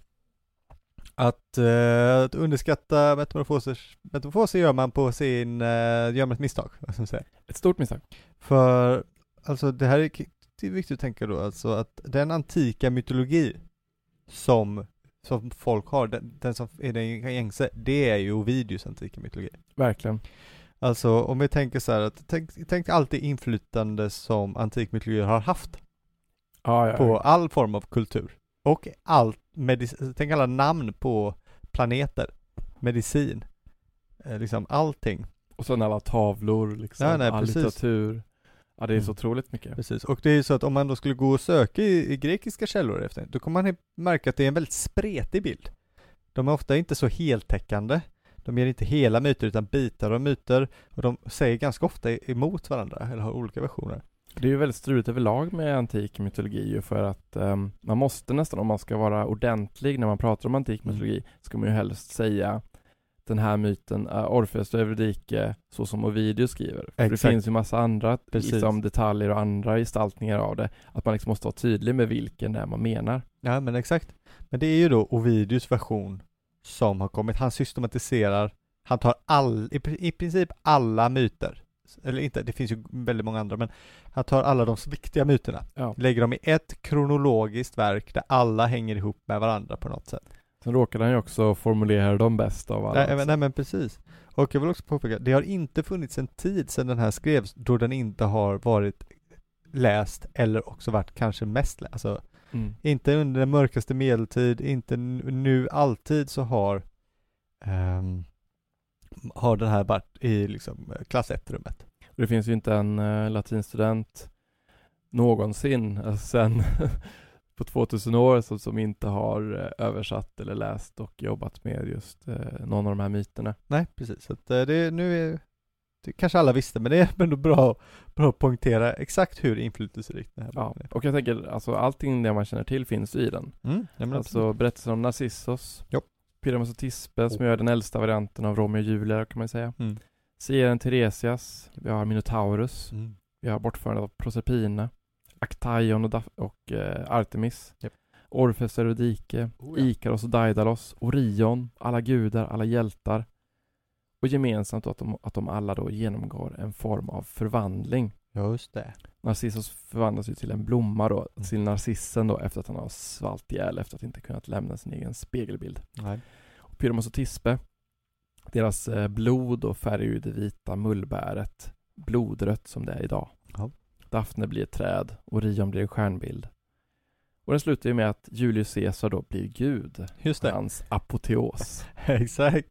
att, eh, att underskatta metamorfoser, metamorfoser gör man på sin, eh, gör man ett misstag, vad ska man säga. Ett stort misstag. För, alltså det här är, det är viktigt att tänka då, alltså att den antika mytologi som, som folk har, den, den som är den gängse, det är ju Ovidius antika mytologi. Verkligen. Alltså om vi tänker så här att, tänk, tänk alltid inflytande som antik mytologi har haft Ja, ja. på all form av kultur. Och allt, medic- tänk alla namn på planeter, medicin, eh, liksom allting. Och sen alla tavlor, liksom, Ja, nej, all precis. litteratur. Ja, det är så Mm. otroligt mycket. Precis, och det är ju så att om man då skulle gå och söka i, i grekiska källor efter, då kommer man märka att det är en väldigt spretig bild. De är ofta inte så heltäckande. De ger inte hela myter utan bitar av myter, och de säger ganska ofta emot varandra eller har olika versioner. Det är ju väldigt struligt överlag med antik mytologi ju, för att um, man måste nästan, om man ska vara ordentlig när man pratar om antik Mm. mytologi, ska man ju helst säga den här myten, uh, Orfeus och Eurydike, så som Ovidius skriver. För det Exakt. finns ju massa andra Precis. liksom, detaljer och andra gestaltningar av det. Att man liksom måste vara tydlig med vilken det är man menar. Ja, men exakt. Men det är ju då Ovidius version som har kommit. Han systematiserar, han tar all, i, i princip alla myter. Eller inte, det finns ju väldigt många andra, men han tar alla de viktiga myterna. Ja. Lägger dem i ett kronologiskt verk där alla hänger ihop med varandra på något sätt. Sen råkade han ju också formulera dem bäst av alla. Nej, men, nej men precis. Och jag vill också påpeka, det har inte funnits en tid sedan den här skrevs då den inte har varit läst eller också varit kanske mest läst. Alltså, Mm. inte under den mörkaste medeltid, inte nu, alltid så har um, har den här varit i liksom klass ett-rummet. Och det finns ju inte en uh, latinstudent någonsin uh, sen på tvåtusen år som, som inte har eh, översatt eller läst och jobbat med just eh, någon av de här myterna. Nej, precis. Så att, eh, det, nu är, det kanske alla visste, men det är ändå bra, bra att poängtera exakt hur inflytelserikt det här Ja, och jag tänker, alltså allting det man känner till finns ju i den. Mm, ja, alltså berättelsen om Narcissus, jo. Pyramus och Tisbe som gör den äldsta varianten av Romeo och Julia kan man säga. Mm. Siaren Tiresias, vi har Minotaurus, Mm. vi har bortförandet av Proserpina, Actaeon och, Daf- och eh, Artemis, yep. Orfeus och Eurydike, Oh, ja. Ikaros och Daidalos, Orion, alla gudar, alla hjältar. Och gemensamt då att de, att de alla då genomgår en form av förvandling. Ja, just det. Narcissus förvandlas ju till en blomma då, Mm. till narcissen då efter att han har svalt ihjäl efter att inte kunnat lämna sin egen spegelbild. Nej. Och Pyramus och Tisbe, deras eh, blod och färg ju det vita mullbäret, blodrött som det är idag. Ja. Daphne blir ett träd, Orion blir en stjärnbild. Och den slutar ju med att Julius Caesar då blir gud. Just det. Hans apoteos. Exakt.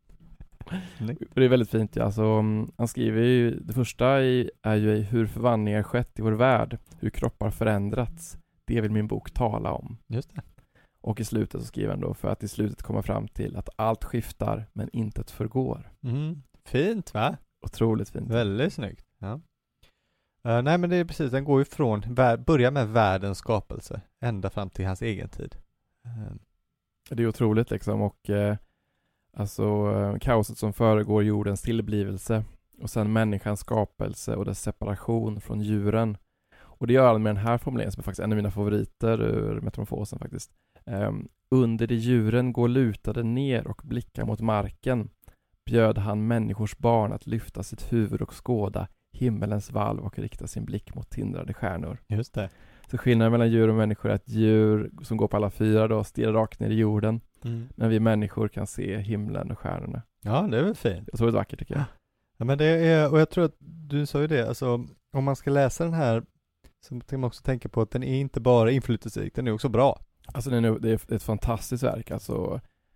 Och det är väldigt fint. Ja. Alltså, han skriver ju, det första i, är ju hur förvandlingar skett i vår värld, hur kroppar förändrats. Det vill min bok tala om. Just det. Och i slutet så skriver han då för att i slutet komma fram till att allt skiftar men intet förgår. Mm. Fint, va? Otroligt fint. Väldigt snyggt. Ja. Uh, nej, men det är precis, den går ju från, börjar med världens skapelse ända fram till hans egen tid. Uh. Det är otroligt liksom och eh, alltså eh, kaoset som föregår jordens tillblivelse och sen människans skapelse och dess separation från djuren. Och det gör han med den här formuleringen som är faktiskt en av mina favoriter ur Metamorfosen faktiskt. Um, under de djuren går lutade ner och blickar mot marken. Bjöd han människors barn att lyfta sitt huvud och skåda himmelens valv och rikta sin blick mot tindrande stjärnor. Just det. Så skillnaden mellan djur och människor är att djur som går på alla fyra då stirrar rakt ner i jorden. Mm. Men vi människor kan se himlen och stjärnorna. Ja, det är väl fint. Det är så vackert tycker jag. Ja, men det är, och jag tror att du sa ju det, alltså om man ska läsa den här så kan man också tänka på att den är inte bara inflytelserik, den är också bra. Alltså det är, det är ett fantastiskt verk, alltså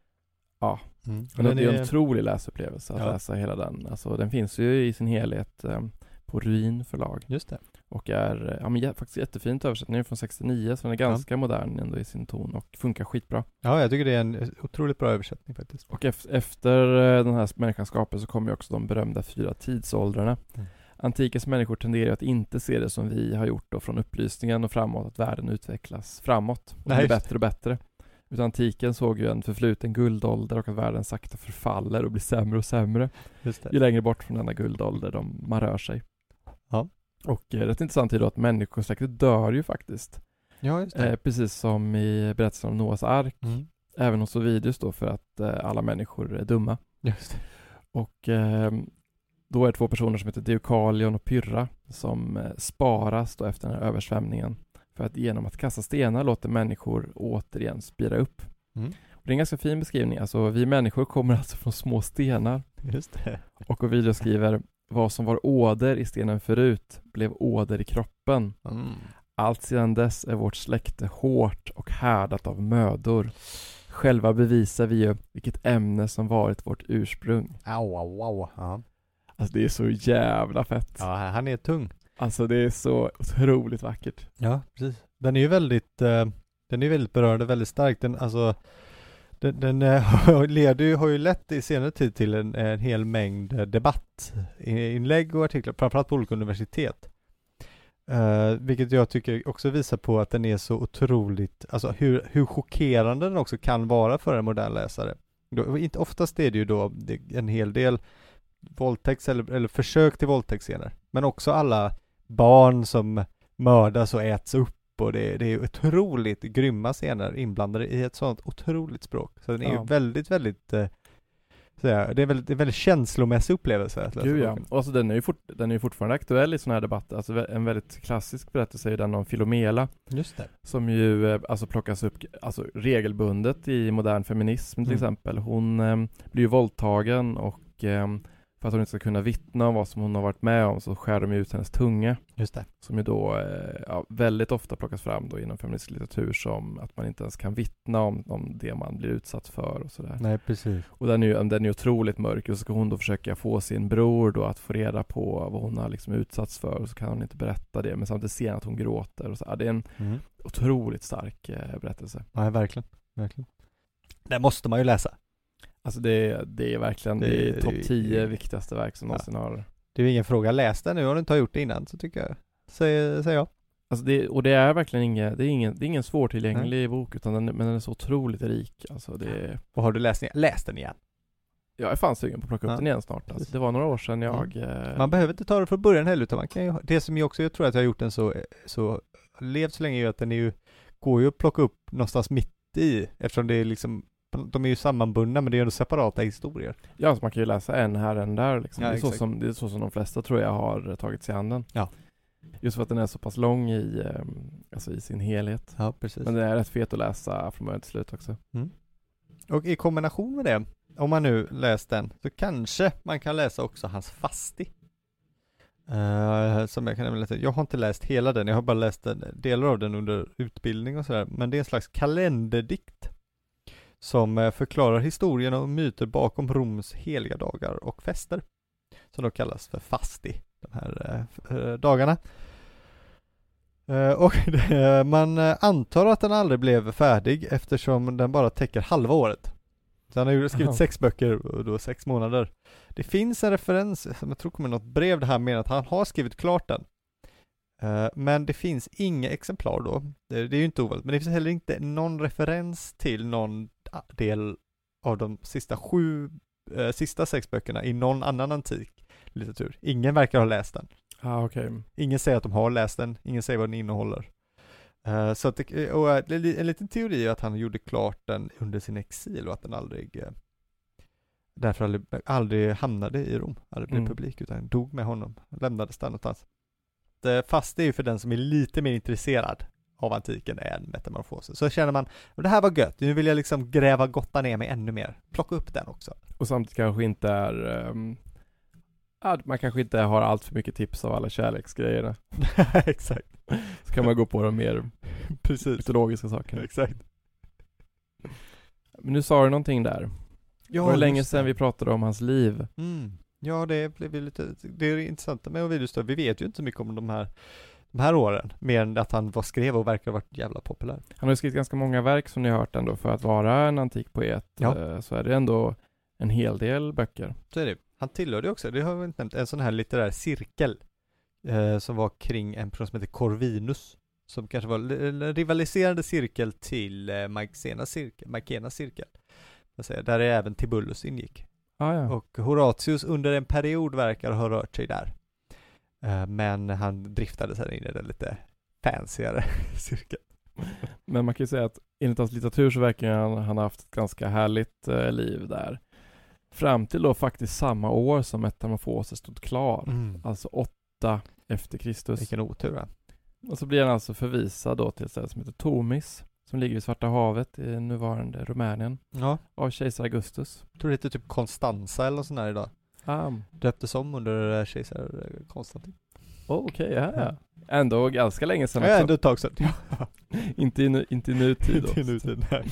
ja. Mm. Men det är en otrolig läsupplevelse att ja. läsa hela den. Alltså den finns ju i sin helhet eh, på Ruin förlag. Just det. Och är ja, men jä- faktiskt jättefint översatt. Den är från sextionio så den är ganska ja. modern ändå i sin ton och funkar skitbra. Ja, jag tycker det är en otroligt bra översättning faktiskt. Och ef- efter den här människaskapen så kommer ju också de berömda fyra tidsåldrarna. Mm. Antikens människor tenderar att inte se det som vi har gjort då från upplysningen och framåt, att världen utvecklas framåt och Nej, blir bättre och bättre. Utan antiken såg ju en förfluten guldålder och att världen sakta förfaller och blir sämre och sämre. Just det. Ju längre bort från denna guldålder de, man rör sig. Ja. Och eh, rätt intressant är då att människosläktet dör ju faktiskt. Ja, just det. Eh, precis som i berättelsen om Noas ark. Mm. Även hos Ovidius då för att eh, alla människor är dumma. Just det. Och eh, då är det två personer som heter Deukalion och Pyrrha som eh, sparas då efter den här översvämningen. För att genom att kasta stenar låter människor återigen spira upp. Mm. Och det är en ganska fin beskrivning. Alltså vi människor kommer alltså från små stenar. Just det. Och Ovidius skriver: vad som var åder i stenen förut blev åder i kroppen. Mm. Allt sedan dess är vårt släkte hårt och härdat av mödor. Själva bevisar vi ju vilket ämne som varit vårt ursprung. Au, au, au. Ja. Alltså det är så jävla fett. Ja, han är tung. Alltså det är så otroligt vackert. Ja, precis. Den är ju väldigt, uh, den är väldigt berörande, väldigt stark. Den, alltså, den, den uh, leder ju, har ju lett i senare tid till en, en hel mängd debattinlägg och artiklar, framförallt på olika universitet. Uh, vilket jag tycker också visar på att den är så otroligt, alltså hur, hur chockerande den också kan vara för en modern läsare. Då, inte, oftast är det ju då en hel del våldtäkts eller, eller försök till våldtäktsscener. Men också alla barn som mördas och äts upp och det, det är otroligt grymma scener inblandade i ett sådant otroligt språk. Så den är ja. ju väldigt, väldigt eh, såhär, det är väldigt, det är väldigt känslomässig upplevelse att läsa. Gud, ja. Och alltså den är ju fort, den är ju fortfarande aktuell i sådana här debatter. Alltså en väldigt klassisk berättelse är ju den om Filomela. Just det. Som ju eh, alltså plockas upp alltså regelbundet i modern feminism till mm. exempel. Hon eh, blir ju våldtagen och eh, för för att hon inte ska kunna vittna om vad som hon har varit med om, så skär de ut hennes tunga. Just det. Som ju då eh, ja, väldigt ofta plockas fram då inom feministisk litteratur som att man inte ens kan vittna om, om det man blir utsatt för och sådär. Nej, precis. Och den är ju den är otroligt mörk, och så ska hon då försöka få sin bror då att få reda på vad hon har liksom utsatts för, och så kan hon inte berätta det, men samtidigt ser han att hon gråter och så. Ja, det är en Mm. otroligt stark eh, berättelse. Ja, verkligen. verkligen. Det måste man ju läsa. Alltså det, det är verkligen Det- det är det- topp tio det- viktigaste verk som Ja. någonsin har. Det är ju ingen fråga. Läs den nu om du inte har gjort det innan, så tycker jag. Säger, säger jag. Alltså det, och det är verkligen ingen, det är ingen, det är ingen svårtillgänglig bok, utan den, men den är så otroligt rik. Alltså det, Och har du läst den? Läs den igen. jag är fan sugen på att plocka upp Ja. den igen snart. Alltså det var några år sedan jag... eh, Man behöver inte ta det från början heller, utan man kan ju, det som jag också jag tror att jag har gjort den så, så levt så länge är ju att den är ju, går ju att plocka upp någonstans mitt i, eftersom det är liksom, de är ju sammanbundna, men det är ju separata historier. Ja, så man kan ju läsa en här, en där liksom. Ja, det, är så exakt. som, det är så som de flesta tror jag har tagit sig an den. Ja. Just för att den är så pass lång i, eh, alltså i sin helhet. Ja, precis. Men det är rätt fet att läsa från början till slut också. Och i kombination med det, om man nu läst den, så kanske man kan läsa också hans Fasti. Uh, som jag kan nämna lite. Jag har inte läst hela den, jag har bara läst den, delar av den under utbildning och sådär. Men det är en slags kalenderdikt som uh, förklarar historien och myter bakom Roms heliga dagar och fester. Som då kallas för Fasti, de här uh, uh, dagarna. Uh, och det, man uh, antar att den aldrig blev färdig eftersom den bara täcker halva året. Så han har ju skrivit Aha. sex böcker och då sex månader. Det finns en referens, som jag tror kommer något brev det här med att han har skrivit klart den. Uh, men det finns inga exemplar då. Det, det är ju inte ovanligt. Men det finns heller inte någon referens till någon del av de sista sju, uh, sista sex böckerna i någon annan antik litteratur. Ingen verkar ha läst den. Ah, okej. Ingen säger att de har läst den. Ingen säger vad den innehåller. Uh, så att det, och uh, en liten teori är att han gjorde klart den under sin exil och att den aldrig uh, därför aldrig, aldrig hamnade i Rom, aldrig blev Mm. publik, utan dog med honom, lämnades där någonstans. Det, fast det är ju för den som är lite mer intresserad av antiken än metamorfosen. Så känner man, det här var gött, nu vill jag liksom gräva gotta ner mig ännu mer. Plocka upp den också. Och samtidigt kanske inte är... Um, ja, man kanske inte har allt för mycket tips av alla kärleksgrejerna. Exakt. Så kan man gå på de mer Precis. mytologiska sakerna. Exakt. Men nu sa du någonting där. Ja, var det länge just sedan det. vi pratade om hans liv? Mm. Ja, det blev ju lite, det är intressant med Ovidius då. Vi vet ju inte så mycket om de här, de här åren, mer än att han var skrev och verkar ha varit jävla populär. Han har ju skrivit ganska många verk som ni har hört ändå. För att vara en antik poet Ja. eh, så är det ändå en hel del böcker. Så är det. Han tillhörde också, det har vi inte nämnt, en sån här litterär cirkel eh, som var kring en person som heter Corvinus. Som kanske var en rivaliserande cirkel till eh, Maecenas cirkel, Maecenas cirkel. Jag säger, där är även Tibullus ingick. Ah, ja. Och Horatius under en period verkar ha rört sig där. Eh, men han driftade sig in i den lite fancyare cirkeln. Men man kan ju säga att enligt hans litteratur så verkar han, han ha haft ett ganska härligt eh, liv där. Fram till då faktiskt samma år som metamorfosen stod klar. Mm. Alltså åtta efter Kristus. Vilken otur, va? Och så blir han alltså förvisad då till ett ställe som heter Tomis. Som ligger i Svarta havet i nuvarande Rumänien. Ja, Av kejsar Augustus. jag tror det heter typ Konstanza eller sån här idag. Ah, Döptes om under kejsar Konstantin. oh, okej, okay, ja, ja. Ändå ganska länge sedan Ja, också. ändå ett tag sedan. inte, i, nu- inte i nutid då. Inte i nutid, nej.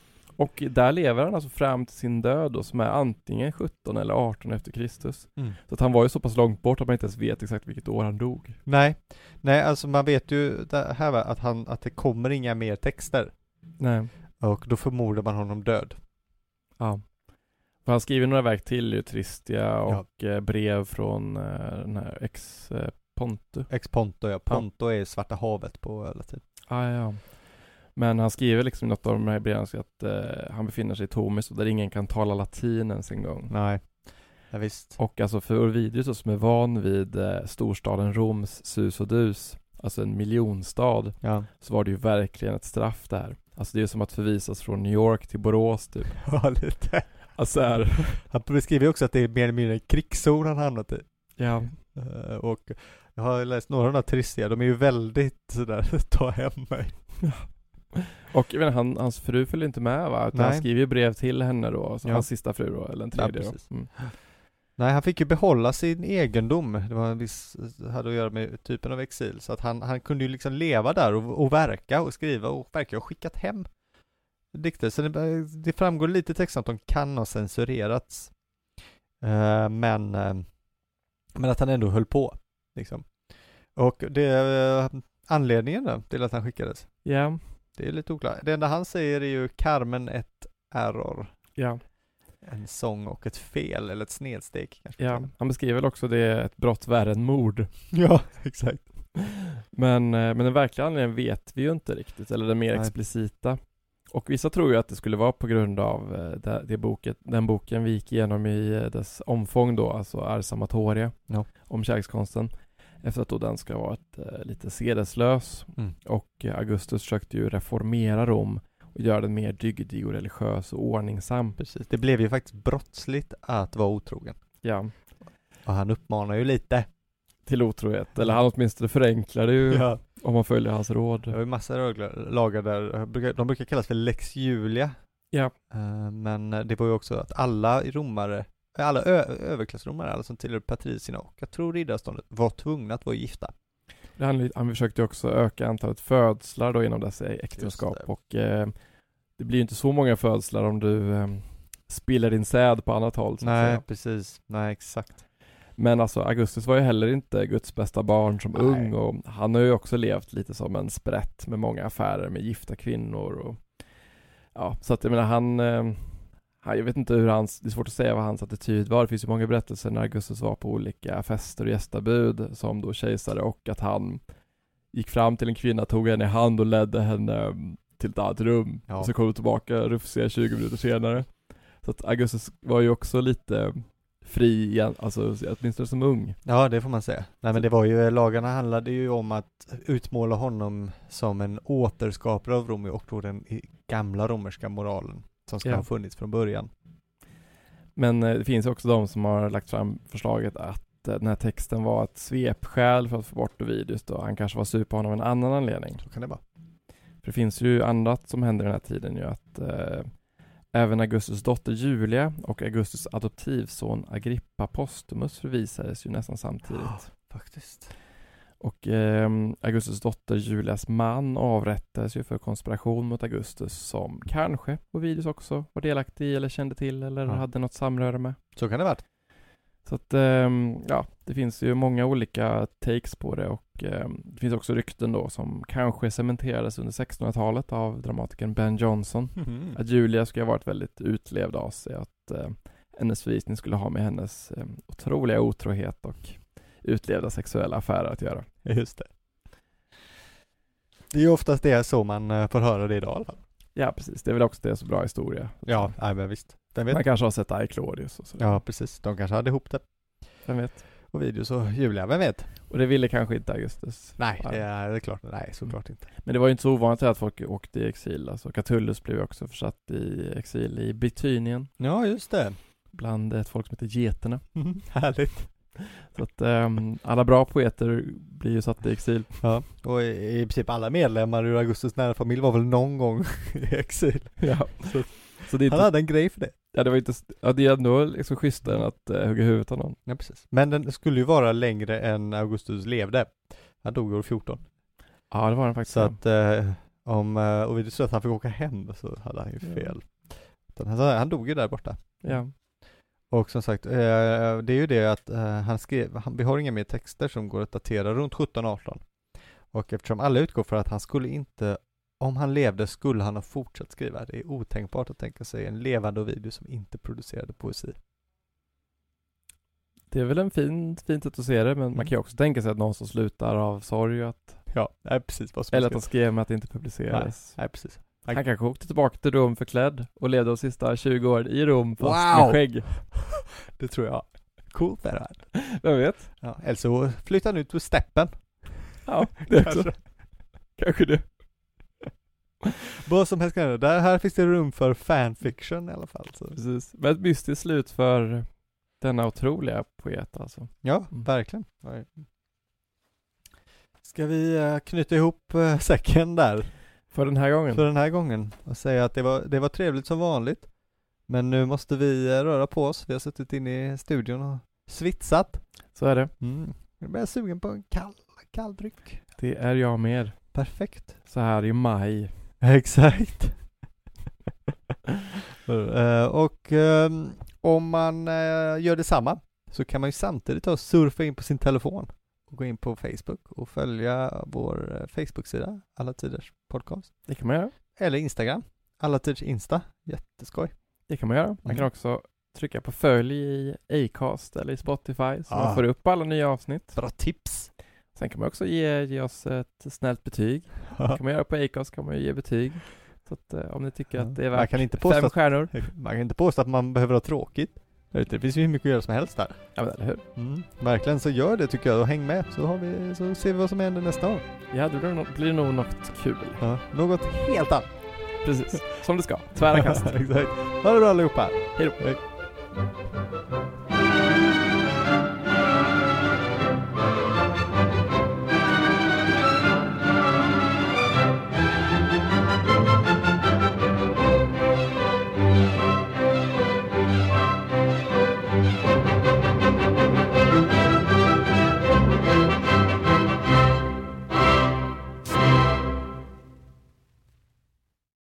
Och där lever han alltså fram till sin död då, som är antingen sjutton eller arton efter Kristus. Mm. Så att han var ju så pass långt bort att man inte ens vet exakt vilket år han dog. Nej, nej, alltså man vet ju det här va, att, han, att det kommer inga mer texter. Nej. Och då förmodar man honom död. Ja. För han skriver några verk till ju, Tristia och Ja. eh, brev från eh, den här ex eh, Pontu. Ex Ponto, ja. Ponto är Svarta havet på latin. Ah, ja. Men han skriver liksom i något av de här breven att eh, han befinner sig i Tomis och där ingen kan tala latin ens en gång. Nej, ja, visst. Och alltså för Ovidius då, som är van vid eh, storstaden Roms sus och dus, alltså en miljonstad, Ja, så var det ju verkligen ett straff där. Alltså det är som att förvisas från New York till Borås typ. ja lite. Alltså här. Han beskriver ju också att det är mer eller mindre en krigszon han hamnat i. Ja. Uh, och jag har läst några av de där Tristia, de är ju väldigt sådär, ta hem mig. Och jag menar, han, hans fru följer inte med va? Utan Nej. han skriver ju brev till henne då, alltså Ja. hans sista fru då, eller en tredje Ja, då. precis. Mm. Nej, han fick ju behålla sin egendom. Det var en viss, hade att göra med typen av exil. Så att han, han kunde ju liksom leva där och, och verka och skriva och verka och skickat hem dikter. Så det, det framgår lite i texten att de kan ha censurerats. Uh, men, uh, men att han ändå höll på. Liksom. Och det uh, anledningen då, till att han skickades. Ja. Yeah. Det är lite oklart. Det enda han säger är ju Carmen ett error. Ja. Yeah. En sång och ett fel eller ett snedsteg. Ja, yeah. Han beskriver väl också det ett brott värre än mord. Ja, exakt. Men, men den verkliga anledningen vet vi ju inte riktigt, eller den mer Nej. explicita. Och vissa tror ju att det skulle vara på grund av det, det boket, den boken vi gick igenom i dess omfång då, alltså Ars Amatoria, ja. om kärlekskonsten. Efter att då den ska ha varit eh, lite sedeslös. Mm. Och eh, Augustus försökte ju reformera Rom och göra den mer dygdig och religiös och ordningsam. Precis, det blev ju faktiskt brottsligt att vara otrogen. Ja. Och han uppmanar ju lite. Till otrohet, eller han åtminstone förenklade ju ja. om man följer hans råd. Det var ju massa lagar där, de brukar kallas för Lex Julia. Ja. Men det var ju också att alla romare, alla ö- överklassromare, alla som tillhör patricierna och jag tror riddarståndet var tvungna att vara gifta. Han, han försökte också öka antalet födslar då inom dessa äktenskap och eh, det blir ju inte så många födslar om du eh, spiller din säd på annat håll. Så Nej, säga. precis. Nej, exakt. Men alltså Augustus var ju heller inte Guds bästa barn som Nej. ung och han har ju också levt lite som en sprätt med många affärer med gifta kvinnor och ja, så att jag menar han, eh, han jag vet inte hur hans, det är svårt att säga vad hans attityd var. Det finns ju många berättelser när Augustus var på olika fester och gästabud som då kejsare och att han gick fram till en kvinna, tog henne i hand och ledde henne till ett annat rum Ja. och så kom hon tillbaka rufsiga tjugo minuter senare. Så att Augustus var ju också lite fri igen, alltså åtminstone som ung. Ja, det får man säga. Nej, men det var ju, lagarna handlade ju om att utmåla honom som en återskapare av Rom och då den gamla romerska moralen som ska ja. ha funnits från början. Men eh, det finns också de som har lagt fram förslaget att eh, den här texten var ett svepskäl för att få bort Ovidius då. Han kanske var sur på honom av en annan anledning. Så kan det vara. För det finns ju annat som händer i den här tiden ju att eh, även Augustus dotter Julia och Augustus adoptivson Agrippa Postumus förvisades ju nästan samtidigt. Ja, faktiskt. Och eh, Augustus dotter Julias man avrättades ju för konspiration mot Augustus som kanske Ovidius också var delaktig i eller kände till eller ja. hade något samröre med. Så kan det vara. Så att eh, ja, det finns ju många olika takes på det och eh, det finns också rykten då som kanske cementerades under sextonhundratalet av dramatikern Ben Jonson. Mm. Att Julia skulle ha varit väldigt utlevd av sig, att eh, hennes förvisning skulle ha med hennes eh, otroliga otrohet och utlevda sexuella affärer att göra. Just det. Det är ju oftast det så man uh, får höra det idag i alla fall. Ja, precis. Det är väl också det så bra historia. Ja, nej, men visst. Den vet. Man kanske har sett I Claudius och så. Ja, precis. De kanske hade ihop det. Vem vet? Och Ovidius och Julia, vem vet? Och det ville kanske inte Augustus. Nej, ja. det är, det är klart. Nej, såklart inte. Men det var ju inte så ovanligt att folk åkte i exil. Alltså Catullus blev också försatt i exil i Bithynien. Ja, just det. Bland ett folk som heter geterna. Mm, härligt. Så att um, alla bra poeter blir ju satt i exil. Ja, och i, i princip alla medlemmar ur Augustus nära familj var väl någon gång i exil. Ja. Så, så det är inte, han hade en grej för det. Ja, det var inte, ja, det är ändå liksom schysstare än att uh, hugga huvudet av någon. Ja, precis. Men den skulle ju vara längre än Augustus levde. Han dog år fjorton. Ja, det var han faktiskt. Så att uh, om uh, Ovidius sa att han fick åka hem så hade han ju fel. Ja. Han, han dog ju där borta. Ja. Och som sagt, uh, det är ju det att uh, han skrev, han, vi har inga mer texter som går att datera runt sjutton arton. Och eftersom alla utgår för att han skulle inte, om han levde skulle han ha fortsatt skriva. Det är otänkbart att tänka sig en levande Ovidius som inte producerade poesi. Det är väl en fin, fint sätt att se det, men Mm. man kan ju också tänka sig att någon som slutar av sorg att, Ja, nej, precis vad som eller att han skrev med att det inte publiceras. Nej, nej precis. Han, han kanske åkte tillbaka till Rom förklädd och levde de sista tjugo åren i Rom fast Wow! med skägg. Det tror jag. Coolt är det här. Vem vet? Ja, eller så flyttar han ut på steppen. Ja, det också. Kanske. Kanske det. Vad som helst kan det. Där här finns det rum för fanfiction i alla fall. Så. Precis. Men ett mystiskt slut för denna otroliga poet alltså. Ja, Mm. verkligen. Ska vi uh, knyta ihop uh, säcken där För den här gången. för den här gången och säga att det var, det var trevligt som vanligt. Men nu måste vi uh, röra på oss. Vi har suttit inne i studion och svitsat. Så är det. Mm. Jag börjar sugen på en kall, kall dryck. Det är jag med. Perfekt. Så här i maj. Exakt. uh, och um, om man uh, gör detsamma så kan man ju samtidigt ta och surfa in på sin telefon och gå in på Facebook och följa vår uh, Facebook-sida Alla Tiders Podcast. Det kan man göra. Eller Instagram. Alla Tiders Insta. Jätteskoj. Det kan man göra. Man mm. kan också trycka på följ i Acast eller i Spotify så ah. man får upp alla nya avsnitt. Bra tips. Sen kan man också ge, ge oss ett snällt betyg. Det kan man göra på Acast, kan man ju ge betyg. Så att, eh, om ni tycker ja. att det är värt kan inte påstå fem stjärnor. Att, man kan inte påstå att man behöver ha tråkigt. Det finns ju hur mycket att göra som helst där. Ja, men eller hur? Mm. Verkligen, så gör det tycker jag och häng med. Så, har vi, så ser vi vad som händer nästa år. Ja, det blir nog, blir nog något kul. Ja, något helt annat. Precis, som det ska. Tvära kast. Exakt. Ha det bra allihopa. Hej då. Hej.